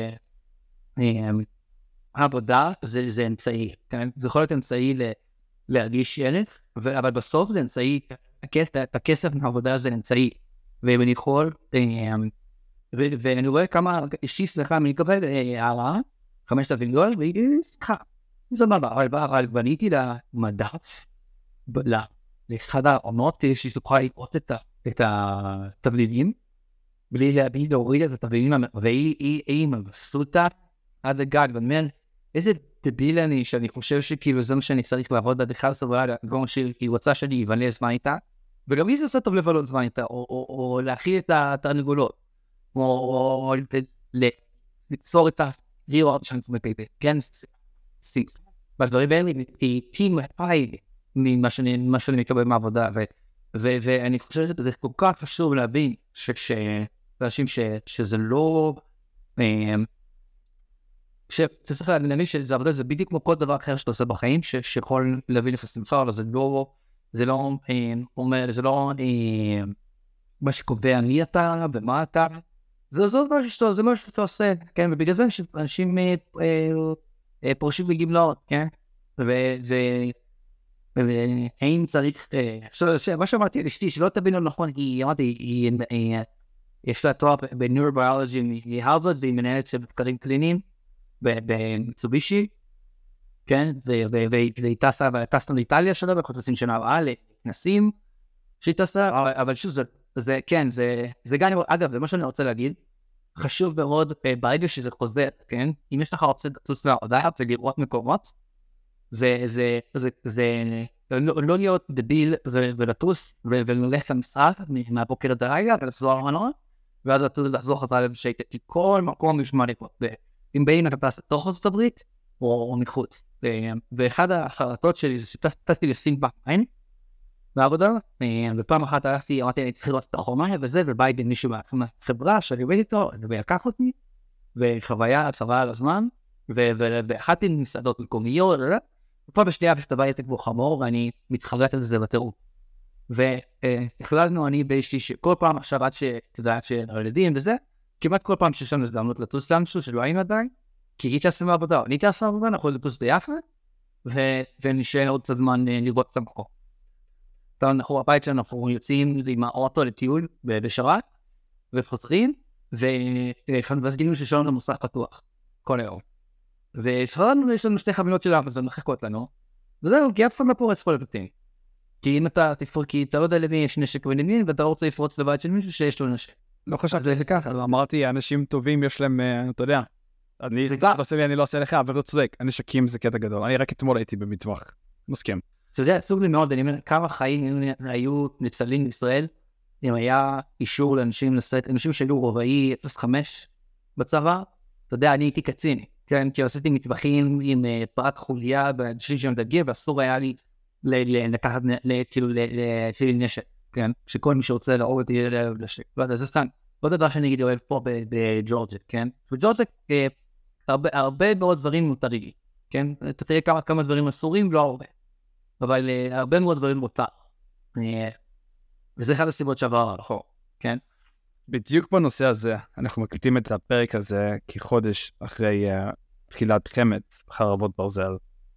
שהעבודה זה אמצעי, זה יכול להיות אמצעי להרגיש ערך, אבל בסוף זה אמצעי, הכסף מהעבודה זה אמצעי, ואני יכול, ואני רואה כמה, אשתי סליחה, אני אקבל הערה, חמשת אלפים דולר, והיא סליחה, זה מה, אבל בניתי למדף, לאחד העונות, כדי שתוכל לראות את התבלינים, בלי להוריד את התבלינים, והיא מבסוטה עד הגג, ואני אומר, איזה דביל אני, שאני חושב שכאילו זה מה שאני צריך לעבוד עד אחד סבבה, כמו שהיא רוצה שאני אבנה זמן איתה, וגם היא זה עושה טוב לבלות זמן איתה, או להכיל את התרנגולות, או ליצור את ה... ריאות שאני מפייטה, כן? סיס. והדברים האלה היא פי מפי ממה שאני מקבל מהעבודה, ואני חושב שזה כל כך חשוב להבין שאנשים שזה לא... שאתה צריך להבין שזה עבודה, זה בדיוק כמו כל דבר אחר שאתה עושה בחיים, שיכול להביא לך שמחה, אבל זה לא... זה לא אומר, זה לא מה שקובע מי אתה ומה אתה, זה משהו שאתה עושה, כן, ובגלל זה אנשים פורשים בגמלאות, כן, והאם צריך, מה שאמרתי על אשתי, שלא תבינו נכון, היא אמרתי, יש לה תואר בנוירוביולוגיה מהרווארד, והיא מנהלת של מחקרים קליניים במיצובישי, כן, והיא טסה לאיטליה שלה, ואנחנו טסים שנה הבאה לכנסים שהיא טסה, אבל שוב, זה כן, זה גם, אגב, זה מה שאני רוצה להגיד, חשוב מאוד ברגע שזה חוזר, כן? אם יש לך רוצה לטוס לעבודה ולראות מקומות, זה לא להיות דביל ולטוס וללכת למשרד מהבוקר עד הלילה ולחזור למנוע, ואז לחזור חזרה לבשייט, כי כל מקום יש מה לראות. אם באים אתה טס לתוך ארצות הברית או מחוץ. ואחד החרטות שלי זה שטסתי לסין פעמיים, בעבודה, ופעם אחת הלכתי, אמרתי, אני צריך לראות את החומה וזה, ובית עם מישהו מהחברה שאני עובד איתו, ולקח אותי, וחוויה, חוויה על הזמן, ואחת עם מסעדות מקומיות, ופה בשנייה פשוט הבית כמו חמור, ואני מתחרט על זה בטירוף. והחלטנו אני באשתי שכל פעם עכשיו עד שתדעת שהילדים וזה, כמעט כל פעם שיש לנו הזדמנות לטוס למשהו שלא היינו עדיין, כי היא תעשה מעבודה, אני תעשה מעבודה, אנחנו לטוס ביחד, ונשאר עוד קצת זמן לראות את המקום. אנחנו הבית שלנו, אנחנו יוצאים עם האוטו לטיול בשרת, וחוזרים, ואז גילינו שיש לנו מוסך פתוח, כל היום. וחזרנו, יש לנו שתי חבילות של אמזון, מחכות לנו, וזהו, כי אף אחד לא פורץ פה לבתים. כי אם אתה תפרוק, כי אתה לא יודע למי יש נשק ולמי, ואתה רוצה לפרוץ לבית של מישהו שיש לו נשק. לא חשבתי לזה ככה, אמרתי, אנשים טובים יש להם, אתה יודע, אני לא עושה לי, אני לא עושה לך, אבל לא צודק, הנשקים זה קטע גדול, אני רק אתמול הייתי במטווח, מסכים. זה עצוב לי מאוד, אני אומר, כמה חיים היו ניצלים בישראל, אם היה אישור לאנשים לשאת, אנשים שהיו רובעי אפס חמש בצבא, אתה יודע, אני הייתי קצין, כן, כי עשיתי מטווחים עם פרק חוליה באנשים שמדגים, ואסור היה לי לקחת, כאילו, להציל נשק, כן, שכל מי שרוצה להרוג אותי לשק, לא יודע, זה סתם, לא דבר שאני אגיד אוהב פה בג'ורג'יה, כן, בג'ורג'יה, הרבה מאוד דברים מותרים, כן, אתה תראה כמה דברים אסורים, לא הרבה, אבל הרבה מאוד דברים מותר, וזה אחד הסיבות שעבר על החור, כן? בדיוק בנושא הזה, אנחנו מקליטים את הפרק הזה כחודש אחרי uh, תחילת חמת חרבות ברזל,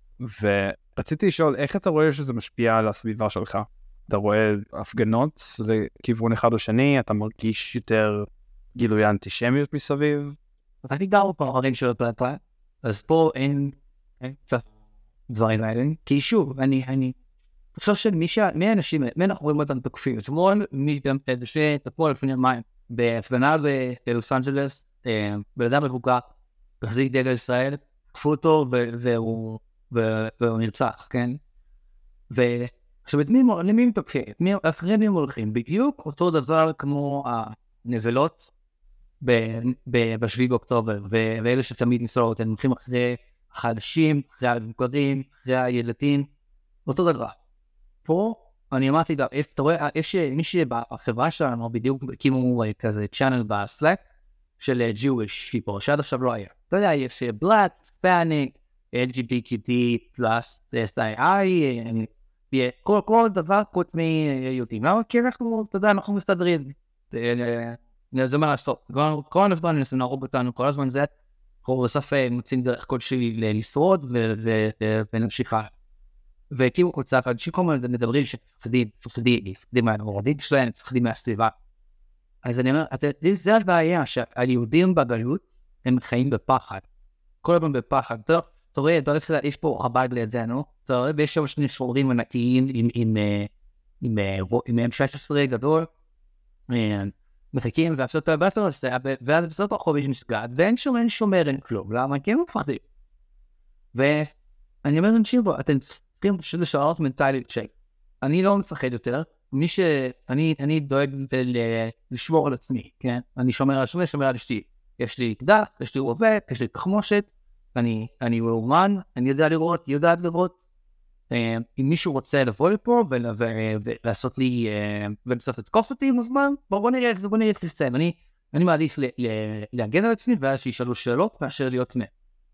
ורציתי לשאול, איך אתה רואה שזה משפיע על הסביבה שלך? אתה רואה הפגנות לכיוון אחד או שני, אתה מרגיש יותר גילוי אנטישמיות מסביב? אז אני גר פה הרים של הפלטה, אז פה אין, אין דברים האלה, כי שוב, אני, אני, חושב שמי האנשים, מי אנחנו רואים אותם תוקפים? אתמול, מי גם אתמול לפני מים, בהפגנה בלוס אנג'לס, בן אדם מבוגר, החזיק דגל ישראל, תקפו אותו והוא נרצח, כן? ועכשיו, את מי הם תוקפים? אחרי מי הם הולכים? בדיוק אותו דבר כמו הנבלות בשביעי באוקטובר, ואלה שתמיד ניסות, הם הולכים אחרי החדשים, אחרי המבוגרים, אחרי הילדים, אותו דבר. פה, אני אמרתי גם, אתה רואה, יש מישהי בחברה שלנו, בדיוק הקימו כזה צ'אנל בסלאק, של Jewish people, שעד עכשיו לא היה. אתה יודע, יש Black, Hispanic, L G B T Q, plus S I I, כל דבר חוץ מיהודים. למה? כי אנחנו, אתה יודע, אנחנו מסתדרים. זה מה לעשות. כל הזמן נסים להרוג אותנו, כל הזמן זה, אנחנו בסוף מוצאים דרך כלשהי לשרוד ונמשיך הלאה. והקימו קוצף, אנשים כל הזמן מדברים שפחדים, פחדים, פחדים מהמורדים שלהם, פחדים מהסביבה. אז אני אומר, זה הבעיה שהיהודים בגלות, הם חיים בפחד. כל הזמן בפחד. אתה רואה, יש פה חב"ד לידינו, אתה רואה, ויש שם שני שורדים ענקיים עם אם שש עשרה גדול, מחכים, ועכשיו אתה באת לנושא, ואז בסוף הרחוב יש מסגד, ואין שום, אין שומר, אין כלום. למה? כי הם מפחדים. ואני אומר, אנשים בו, אתם צריכים פשוט לשאלות מנטליות שי. אני לא מפחד יותר, מי ש... אני, אני דואג לשמור על עצמי, כן? אני שומר על עצמי, שומר על אשתי. יש לי קדח, יש לי רובה, יש לי תחמושת, אני, אני מאומן, אני יודע לראות, יודעת לראות. אם מישהו רוצה לבוא לפה ולעשות לי, ולעשות לתקוף אותי עם הזמן, בוא נראה איך זה, בוא נראה איך תסתיים. אני, אני מעדיף להגן על עצמי, ואז שישאלו שאלות מאשר להיות מה.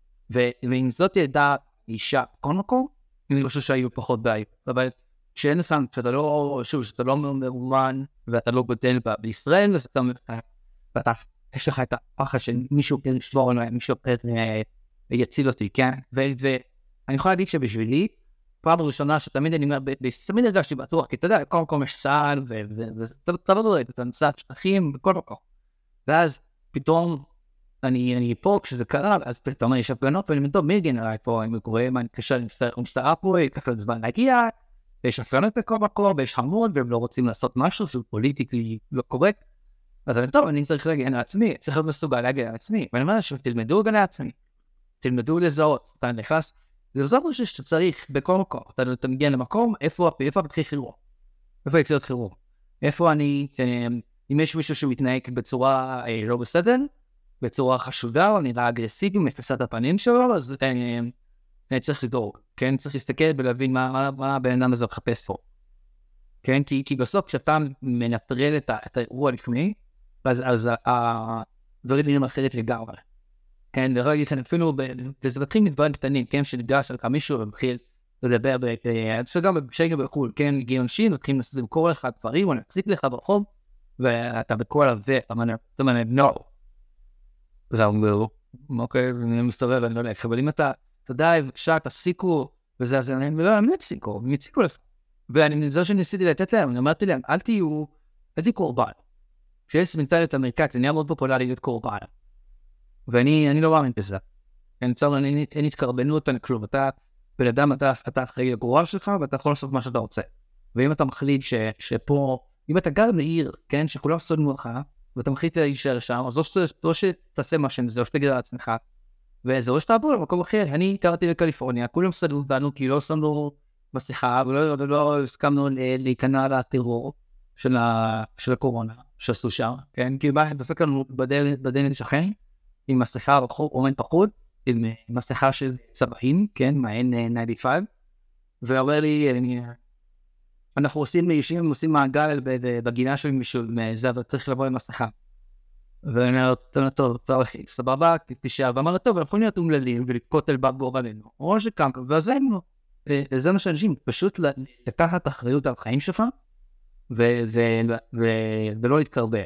ואם זאת ידע אישה בכל מקום, אני חושב שהיו פחות בעיות. אבל כשאין לפעמים, שאתה לא, שוב, שאתה לא מאומן, ואתה לא גודל בישראל, אז אתה, ואתה, יש לך את הפחד שמישהו כן ישבור עליי, מישהו כן יציל אותי, כן? ואני יכול להגיד שבשבילי, פעם ראשונה שתמיד אני אומר, תמיד הרגשתי בטוח, כי אתה יודע, כל מקום יש צהל, ואתה לא דורק, אתה נמצא שטחים בכל מקום. ואז פתאום אני פה, כשזה קרה, אז פתאום יש הפגנות, ואני אומר, טוב, מי יגן עליי פה, אני קורא, אני מתקשר למשטרה פה, ייקח לזה זמן להגיע, ויש הפגנות בכל מקום, ויש המון, והם לא רוצים לעשות משהו, זה פוליטיקלי לא קורקט. אז אני טוב, אני צריך להגן על עצמי, צריך להיות מסוגל להגן על עצמי. ואני אומר עכשיו, תלמדו להגן על עצמי, תלמדו לזהות, אתה נכנס, זה לא משהו שאתה צריך בכל מקום, אתה מגיע למקום, איפה הפתחי חירום, איפה יציאות חירום, איפה אני, אם יש מישהו שמתנהג בצורה לא בסדר, בצורה חשודה, או נראה אגרסיבי, מפסת הפנים שלו, אז אני צריך לדאוג, כן? צריך להסתכל ולהבין מה הבן אדם הזה מחפש פה. כן? כי בסוף כשאתה מנטרל את האירוע לפני, אז הדברים נראים אחרת לגמרי. כן? לרגע כאן אפילו, וזה מתחיל מדברים קטנים, כן? שנדגש על מישהו ומתחיל לדבר, שגם בשגר בחול, כן? הגיע אנשים, מתחילים למכור לך דברים, או להציג לך ברחוב, ואתה בכל הזה, אתה אומר, no. וזה אומר, אוקיי, אני מסתובב, אני לא יודע, אבל אם אתה, אתה יודע, בבקשה, תפסיקו, וזה, אז אני לא, הם יפסיקו, הם יפסיקו לך. ואני, זה שניסיתי לתת להם, אני אמרתי להם, אל תהיו, אל תהיו קורבן. כשיש מנטליות אמריקאית, זה נהיה מאוד פופולרי להיות קורבן. ואני, אני לא מאמין בזה. אני צר, אין התקרבנות, אין כלום. אתה, בן אדם, אתה, אתה אחראי לגורל שלך, ואתה יכול לעשות מה שאתה רוצה. ואם אתה מחליט ש, שפה, אם אתה גר בעיר, כן, שכולם סודנו לך, ואתה מחליט להישאר שם, אז או שתעשה מה שזה, או שתגיד על עצמך, וזה או שתעבור למקום אחר. אני קראתי לקליפורניה, כולם סדרו אותנו, כי לא שמנו מסכה, ולא הסכמנו להיכנע לטרור של הקורונה שעשו שם, כן? כי דפק לנו בדלת שכן, עם מסכה עומד בחוץ, עם מסכה של צבעים, כן? מה-אן תשעים וחמש, ואומר לי, אנחנו עושים יושבים, עושים מעגל בגינה של מישהו, זה, אבל צריך לבוא עם מסכה. ואני אומר, טוב, סבבה, תשאר, ואמר, טוב, אנחנו נהיה אומללים ולתקות אל בגבור עלינו, או שקם, ועזרנו. וזה מה שאנשים, פשוט לקחת אחריות על החיים שלך, ולא להתקרבה.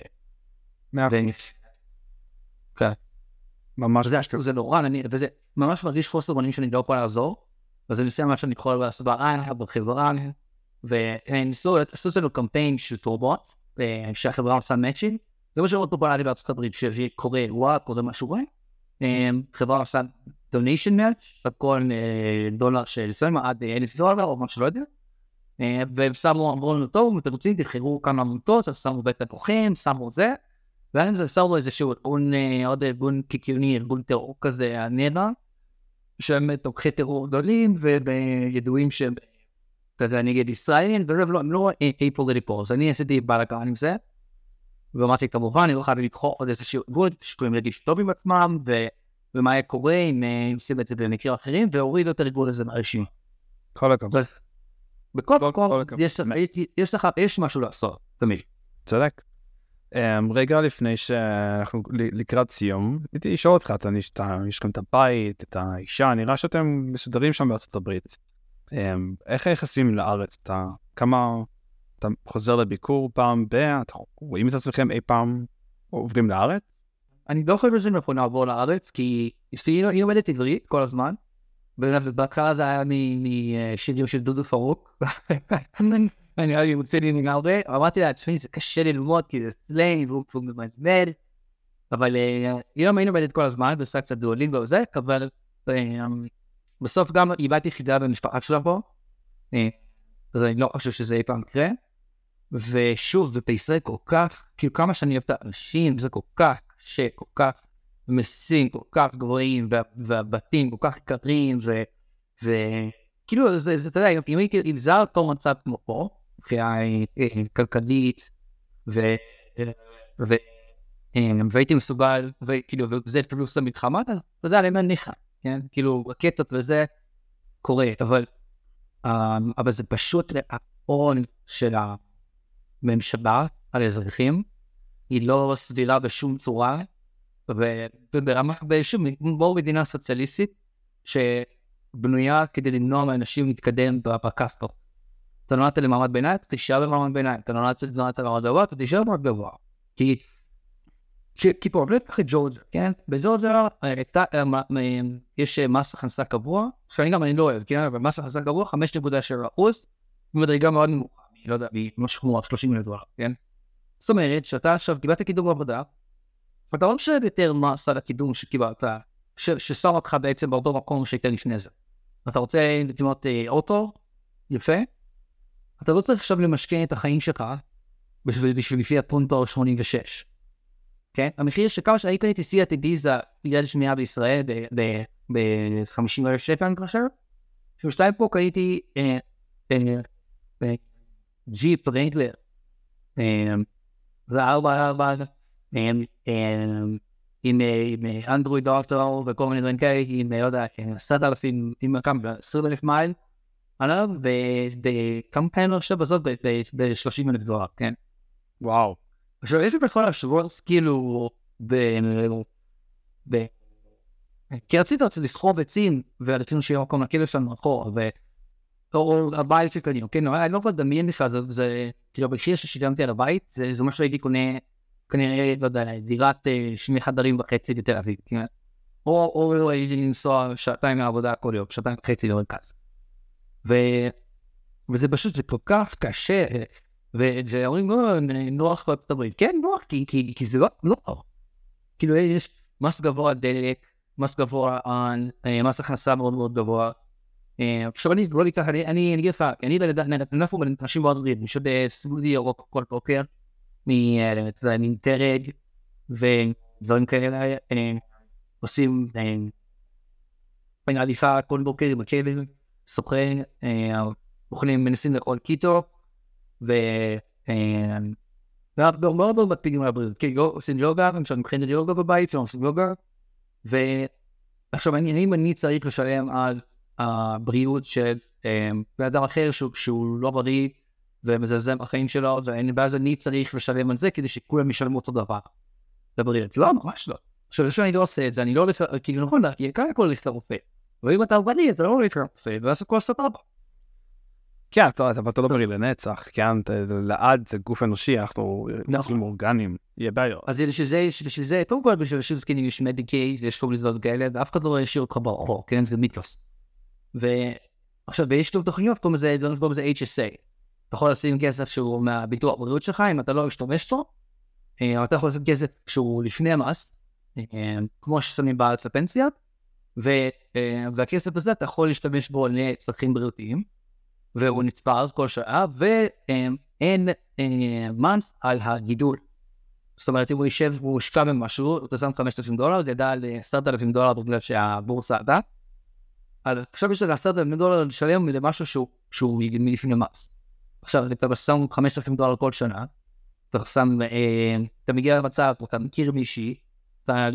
כן. ממש. זה נורא, וזה ממש מרגיש חוסר אונים שאני לא יכול לעזור, אז אני עושה מה שאני יכול בהסברה, בחברה, וניסו, עשו לנו קמפיין של תרומות, שהחברה עושה מאצ'ינג, זה מה שעוד פופולרי בארצות הברית, שזה קורה וואק, קורה משהו רואה, חברה עושה donation match, הכל דולר של סלם, עד אלף דולר או מה שלא יודע, והם שמו, אמרו לנו טוב, אם אתם רוצים, תבחרו כמה עמותות, אז שמו בית הפוחים, שמו זה, ואז שמו איזשהו ארגון, עוד ארגון קיקיוני, ארגון טרור כזה, הנדע, שהם תומכי טרור גדולים, וידועים שהם, אתה יודע, נגד ישראל, והם לא אי-פוליטיקל, אז אני עשיתי בלגן עם זה, ואמרתי כמובן, אני לא חייב לדחוף עוד איזשהו ארגון, שקוראים להגיש טוב עם עצמם, ומה היה קורה אם עושים את זה במקרים אחרים, והורידו את הארגון הזה מהרשימה. כל הכבוד. בכל מקום, יש לך, יש משהו לעשות, תמיד. צודק. רגע לפני שאנחנו לקראת סיום, הייתי לשאול אותך, יש לכם את הבית, את האישה, נראה שאתם מסודרים שם בארצות הברית. איך היחסים לארץ? אתה, כמה, אתה חוזר לביקור פעם ב... אתם רואים את עצמכם אי פעם עוברים לארץ? אני לא חושב שזה נכון לעבור לארץ, כי היא לומדת עברית כל הזמן, ובהתחלה זה היה משידור של דודו פרוק, אני היה מוצא לי לגמרי, אמרתי לעצמי, זה קשה ללמוד, כי זה סלנג, והוא מלמד, אבל היא לא לומדת כל הזמן, ועושה קצת דואלינגו וזה, אבל בסוף גם איבדתי חידה במשפחה שלה פה, אז אני לא חושב שזה אי פעם יקרה, ושוב, ובישראל כל כך, כאילו כמה שאני אוהב את האנשים, זה כל כך קשה, כל כך מסים, כל כך גבוהים, והבתים כל כך יקרים, וכאילו, זה, אתה יודע, אם הייתי, אם זה אותו מצב כמו פה, מבחינה כלכלית, והייתי מסוגל, וכאילו, וזה פלוס המלחמה, אז אתה יודע, אני מניחה, כן? כאילו, רקטות וזה קורה, אבל, אבל זה פשוט העון של הממשלה על האזרחים, היא לא סבירה בשום צורה, וברמה, בשום, כמו מדינה סוציאליסטית, שבנויה כדי למנוע מאנשים להתקדם בקסטות. אתה נולדת למעמד ביניים, אתה תישאר במעמד ביניים, אתה נולדת למעמד גבוה, אתה תישאר במעמד גבוה. כי, כי פה, בלי ככה ג'ורג'ה, כן? בג'ורג'ה יש מס הכנסה קבוע, שאני גם אני לא אוהב, כן? אבל מס הכנסה קבוע, חמש נקודה שבע אחוז, במדרגה מאוד נמוכה, אני לא יודע, משהו כמו שלושים אלף דולר, כן? זאת אומרת, שאתה עכשיו קיבלת קידום בעבודה, ואתה לא משלם יותר מס על הקידום שקיבלת, ששם אותך בעצם באותו מקום שהייתה לפני זה. אתה רוצה לקנות אוטו, יפה, אתה לא צריך עכשיו למשכן את החיים שלך, בשביל, בשביל לפי הפונטו שמונים ושש. כן? המחיר שכמה שאני קניתי סיאט איביזה יד שנייה בישראל ב-חמישים אלף שקל אני חושב, שמשתיים פה קניתי ג'יפ רנגלר, זה ארבע ארבע, עם אנדרואיד אוטו וכל מיני דברים כאלה, עם, לא יודע, עשרת אלפים, עם כמה, עשרים אלף מייל, עליו, וכמה כאלה עכשיו בזאת ב-שלושים אלף דולר, כן? וואו. עכשיו, יש לי בכל השבועות, כאילו, כי רציתי לסחוב עצים, ורצינו שיהיה מקום לקבל שם מאחור, או הבית שקנינו, כן? אני לא יכול לדמיין בכלל, זה, כאילו, בשיר ששילמתי על הבית, זה מה שהייתי קונה, כנראה, לא יודע, דירת שני חדרים וחצי לתל אביב, כן? או הייתי לנסוע שעתיים מהעבודה כל יום, שעתיים וחצי למרכז. וזה פשוט, זה כל כך קשה, ואומרים, לא, נוח בארצות הברית. כן, נוח, כי זה לא נוח. כאילו, יש מס גבוה על דלק, מס גבוה על מס הכנסה מאוד מאוד גבוה. עכשיו, אני לא לקח, אני אגיד לך, אני נפו אנשים מאוד רעים, אני שוב בסעודי ירוק כל בוקר, מטרג ודברים כאלה, עושים עדיפה כל בוקר בכלב, סוכן, אוכלים, מנסים לאכול קיטו, ו... מאוד מאוד מקפידים על הבריאות, כי עושים יוגה, למשל מבחינת יוגה בבית, עושים יוגה, ועכשיו אם אני צריך לשלם על הבריאות של אדם אחר שהוא לא בריא, ומזלזל בחיים שלו, ואז אני צריך לשלם על זה, כדי שכולם ישלמו אותו דבר לבריאות. לא, ממש לא. עכשיו, כשאני לא עושה את זה, אני לא הולך, כאילו נכון, יקר הכל הולך לרופא. ואם אתה בריא, אתה לא הולך לרופא, ואז הכל סבבה. כן, אבל אתה לא בריא לנצח, כן, לעד זה גוף אנושי, אנחנו נצלים אורגנים, יהיה בעיות. אז בשביל זה, קודם כל, בשביל שזקנים יש מדיקי, יש כל מיני דברים כאלה, ואף אחד לא ישאיר אותך ברחוב, כן, זה מיתוס. ועכשיו, יש לו תוכניות, קוראים לזה אייץ' אס איי. אתה יכול לשים כסף שהוא מהביטוח בריאות שלך, אם אתה לא משתמש בו, אתה יכול לשים כסף שהוא לפני המס, כמו ששמים בארץ לפנסיה, והכסף הזה אתה יכול להשתמש בו לצרכים בריאותיים, והוא נצפר כל שעה, ואין מס על הגידול. זאת אומרת, אם הוא יישב, הוא הושקע במשהו, אתה שם חמשת אלפים דולר, הוא ידע ל-עשרת אלפים דולר בגלל שהבורסה עדה, עכשיו יש לך עשרת אלפים דולר לשלם למשהו שהוא מלפני מס. עכשיו, אתה שם חמשת אלפים דולר כל שנה, אתה שם, אתה מגיע למצב, אתה מכיר מישהי, אתה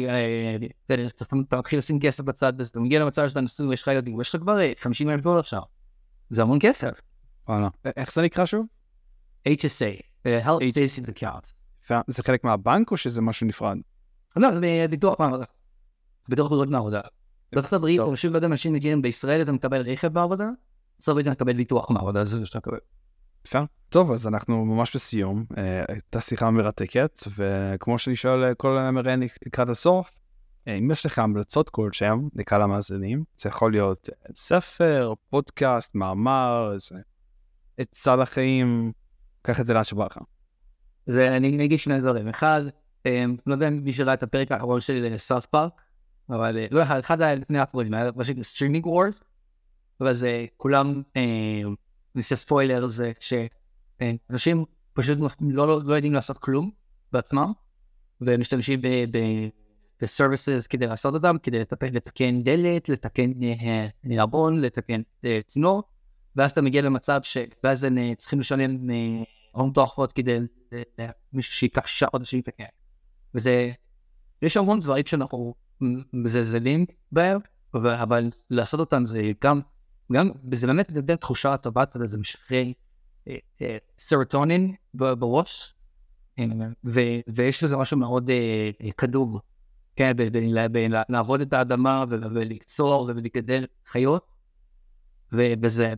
מתחיל לשים כסף בצד, אתה מגיע למצב שאתה נשוי, ויש לך ילדים, ויש לך כבר חמישים אלף דולר שם. זה המון כסף. וואלה. איך זה נקרא שוב? אייץ' אס איי, Health Savings Account. זה חלק מהבנק או שזה משהו נפרד? לא, זה ביטוח מעבודה. ביטוח בריאות מעבודה. בארצות הברית, אנשים לא יודע, אנשים מגיעים בישראל, אתה מקבל רכב בעבודה, בארצות הברית אתה מקבל ביטוח מעבודה, זה שאתה מקבל. יפה. טוב, אז אנחנו ממש בסיום. הייתה שיחה מרתקת, וכמו שאני שואל כל המראיין לקראת הסוף, אם יש לך המלצות כלשהם לקהל המאזינים, זה יכול להיות ספר, פודקאסט, מאמר, עצה לחיים, קח את זה לאן שבא לך. זה, אני אגיד שני דברים. אחד, לא יודע מי שראה את הפרק האחרון שלי לסאוף פארק, אבל לא אחד, אחד היה לפני האחרונים, היה פשוט סטרימינג וורס, אבל זה כולם, נעשה ספוילר, זה שאנשים פשוט לא יודעים לעשות כלום בעצמם, ומשתמשים בסרוויסס כדי לעשות אותם, כדי לתקן דלת, לתקן ארבון, לתקן צינור, ואז אתה מגיע למצב שבאז הם צריכים לשלם הון תועפות כדי מישהו שיקח שישה חודשים לתקן. וזה, יש המון דברים שאנחנו מזלזלים בהם, אבל לעשות אותם זה גם, גם, זה באמת נותן תחושה טובה, זה משחרר סרוטונין בראש, ויש לזה משהו מאוד קדום, כן, לעבוד את האדמה ולקצור ולגדל חיות, וזה,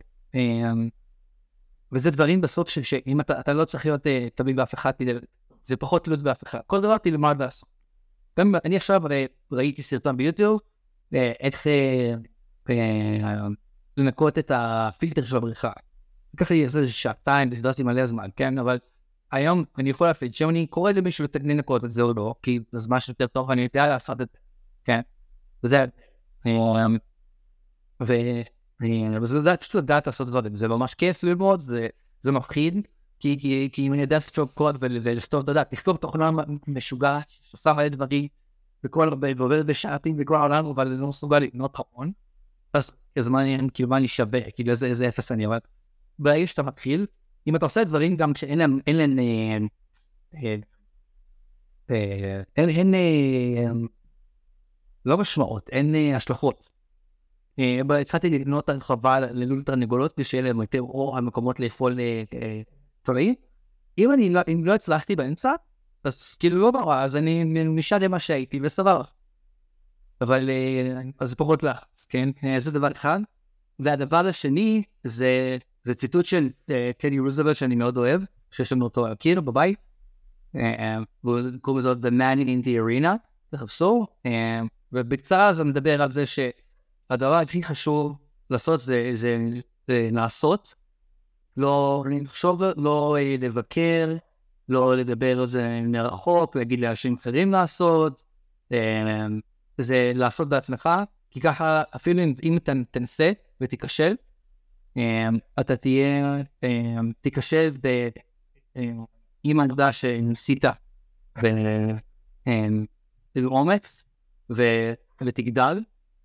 וזה דברים בסוף שאם אתה לא צריך להיות תלוי באף אחד, זה פחות תלוי באף אחד, כל דבר תלמד לעשות. גם אני עכשיו ראיתי סרטון ביוטיוב, איך לנקות את הפילטר של הבריכה. ככה לי איזה שעתיים, בסדרתי מלא זמן, כן, אבל היום אני יכול להפעיל, שאני קורא למישהו לנקות את זה או לא, כי זה זמן שיותר טוב, אני יודע לעשות את זה, כן, וזה, וזה פשוט לדעת לעשות את זה, זה ממש כיף ללמוד, זה מפחיד, כי אם אני יודע לכתוב קוד ולכתוב, אתה יודע, תכתוב תוכנה משוגע, שעושה מלא דברים, ועובדת בשעתים בכל העולם, אבל אני לא מסוגל לקנות המון, אז מה אני שווה, כאילו איזה אפס אני, אבל ברגע שאתה מתחיל, אם אתה עושה דברים גם שאין להם, אין להם, אין, לא משמעות, אין השלכות. התחלתי לקנות הרחבה ללול תרנגולות, כדי שיהיה להם יותר אור על מקומות לאכול דברים. אם אני לא הצלחתי באמצע, אז כאילו לא ברע, אז אני נשאר למה שהייתי וסבבה. אבל זה פחות לחץ, כן? זה דבר אחד. והדבר השני, זה זה ציטוט של טדי רוזוולט שאני מאוד אוהב, שיש לנו אותו הקיר בבית, וקוראים לזה The Man in the Arena, תחפשו, ובקצרה זה מדבר על זה שהדבר הכי חשוב לעשות זה לעשות, לא לחשוב, לא לבקר, לא לדבר על זה מרחוק, להגיד לאנשים אחרים לעשות, זה לעשות בעצמך, כי ככה אפילו אם אתה תנסה ותיכשל, אתה תהיה, תיכשל עם העובדה שניסית ואומץ ותגדל,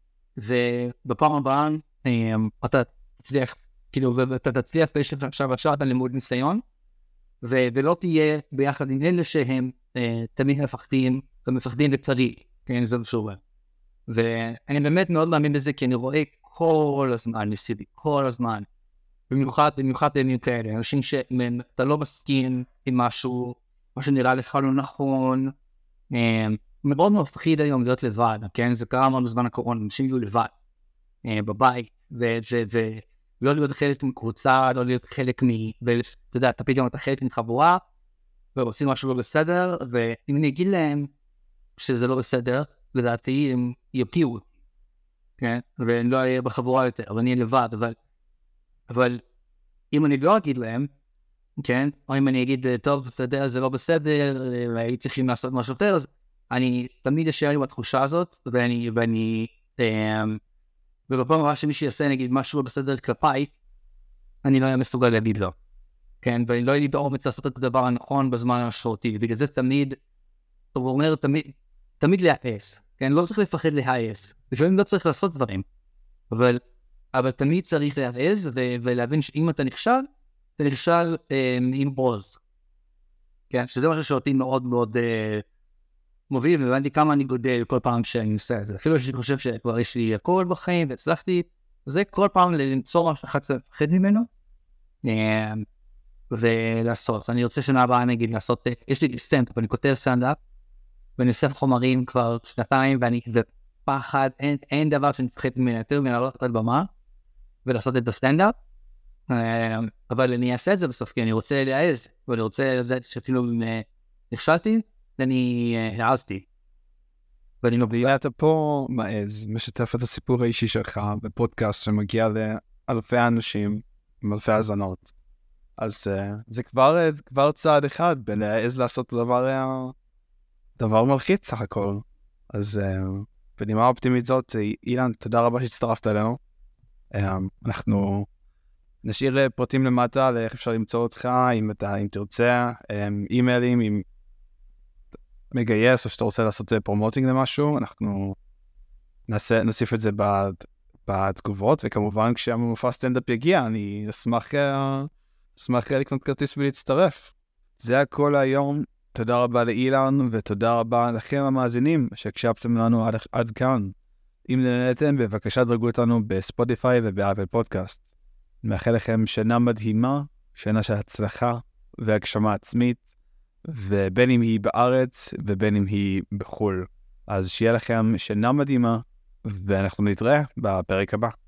ובפעם הבאה אתה תצליח, כאילו, ואתה תצליח ויש לך עכשיו עכשיו אתה לימוד ניסיון, ולא תהיה ביחד עם אלה שהם תמיד מפחדים, ומפחדים לקרי, כן, זה משהו. ואני באמת מאוד מאמין בזה, כי אני רואה כל הזמן, ניסיתי, כל הזמן, במיוחד, במיוחד בימים כאלה, אנשים שאתה לא מסכים עם משהו, מה שנראה לך לא נכון, מאוד מפחיד היום להיות לבד, כן? זה קרה מאוד בזמן הקורונה, אנשים יהיו לבד, בבית, ולא להיות חלק מקבוצה, לא להיות חלק מ... ואתה יודע, אתה פתאום אתה חלק מחבורה, ועושים משהו לא בסדר, ואם אני אגיד להם שזה לא בסדר, לדעתי הם יוקיעו אותי, כן? ואני לא אהיה בחבורה יותר, אבל אני אהיה לבד, אבל... אבל אם אני לא אגיד להם, כן? או אם אני אגיד, טוב, אתה יודע, זה לא בסדר, והי צריכים לעשות משהו אחר, אז אני תמיד אשאר עם התחושה הזאת, ואני... ואני ובפעם הבאה שמישהו יעשה, נגיד, משהו לא בסדר כלפיי, אני לא אהיה מסוגל להגיד לו, כן? ואני לא אהיה לי באומץ לעשות את הדבר הנכון בזמן המשמעותי, בגלל זה תמיד, הוא אומר, תמיד, תמיד להעס, כן? לא צריך לפחד להעס, לפעמים לא צריך לעשות דברים, אבל, אבל תמיד צריך להעס, ו- ולהבין שאם אתה נכשל, אתה נכשל אה, עם בוז, כן? שזה משהו שאותי מאוד מאוד אה, מוביל, והבנתי כמה אני גודל כל פעם שאני עושה את זה, אפילו שאני חושב שכבר יש לי הכל בחיים, והצלחתי, זה כל פעם למצוא משהו אחד לפחד ממנו, אה, ולעשות. אני רוצה שנה הבאה נגיד לעשות, יש לי סטנדאפ, אני כותב סטנדאפ, ואני עושה חומרים כבר שנתיים, ואני, ופחד, אין, אין דבר שאני מפחד ממנו יותר מלעלות על במה, ולעשות את הסטנדאפ, אבל אני אעשה את זה בסוף, כי אני רוצה להעז, ואני רוצה לדעת שאפילו אם נכשלתי, אני העזתי. ואני לא... ואתה פה מעז, משתף את הסיפור האישי שלך בפודקאסט שמגיע לאלפי אנשים, עם אלפי האזנות. אז uh, זה כבר, כבר צעד אחד בלהעז לעשות דבר, דבר מלחיץ סך הכל. אז uh, בנימה אופטימית זאת, אילן, תודה רבה שהצטרפת אלינו. Um, אנחנו נשאיר פרטים למטה לאיך אפשר למצוא אותך, אם אתה, אם תרצה, um, אימיילים, אם מגייס או שאתה רוצה לעשות פרומוטינג למשהו, אנחנו נעשה, נוסיף את זה בתגובות, וכמובן כשהמופע סטנדאפ יגיע, אני אשמח... אשמח לקנות כרטיס ולהצטרף. זה הכל היום. תודה רבה לאילן, ותודה רבה לכם המאזינים שהקשבתם לנו עד, עד כאן. אם נהנתם, בבקשה דרגו אותנו בספוטיפיי ובאפל פודקאסט. מאחל לכם שנה מדהימה, שנה של הצלחה והגשמה עצמית, ובין אם היא בארץ ובין אם היא בחול. אז שיהיה לכם שנה מדהימה, ואנחנו נתראה בפרק הבא.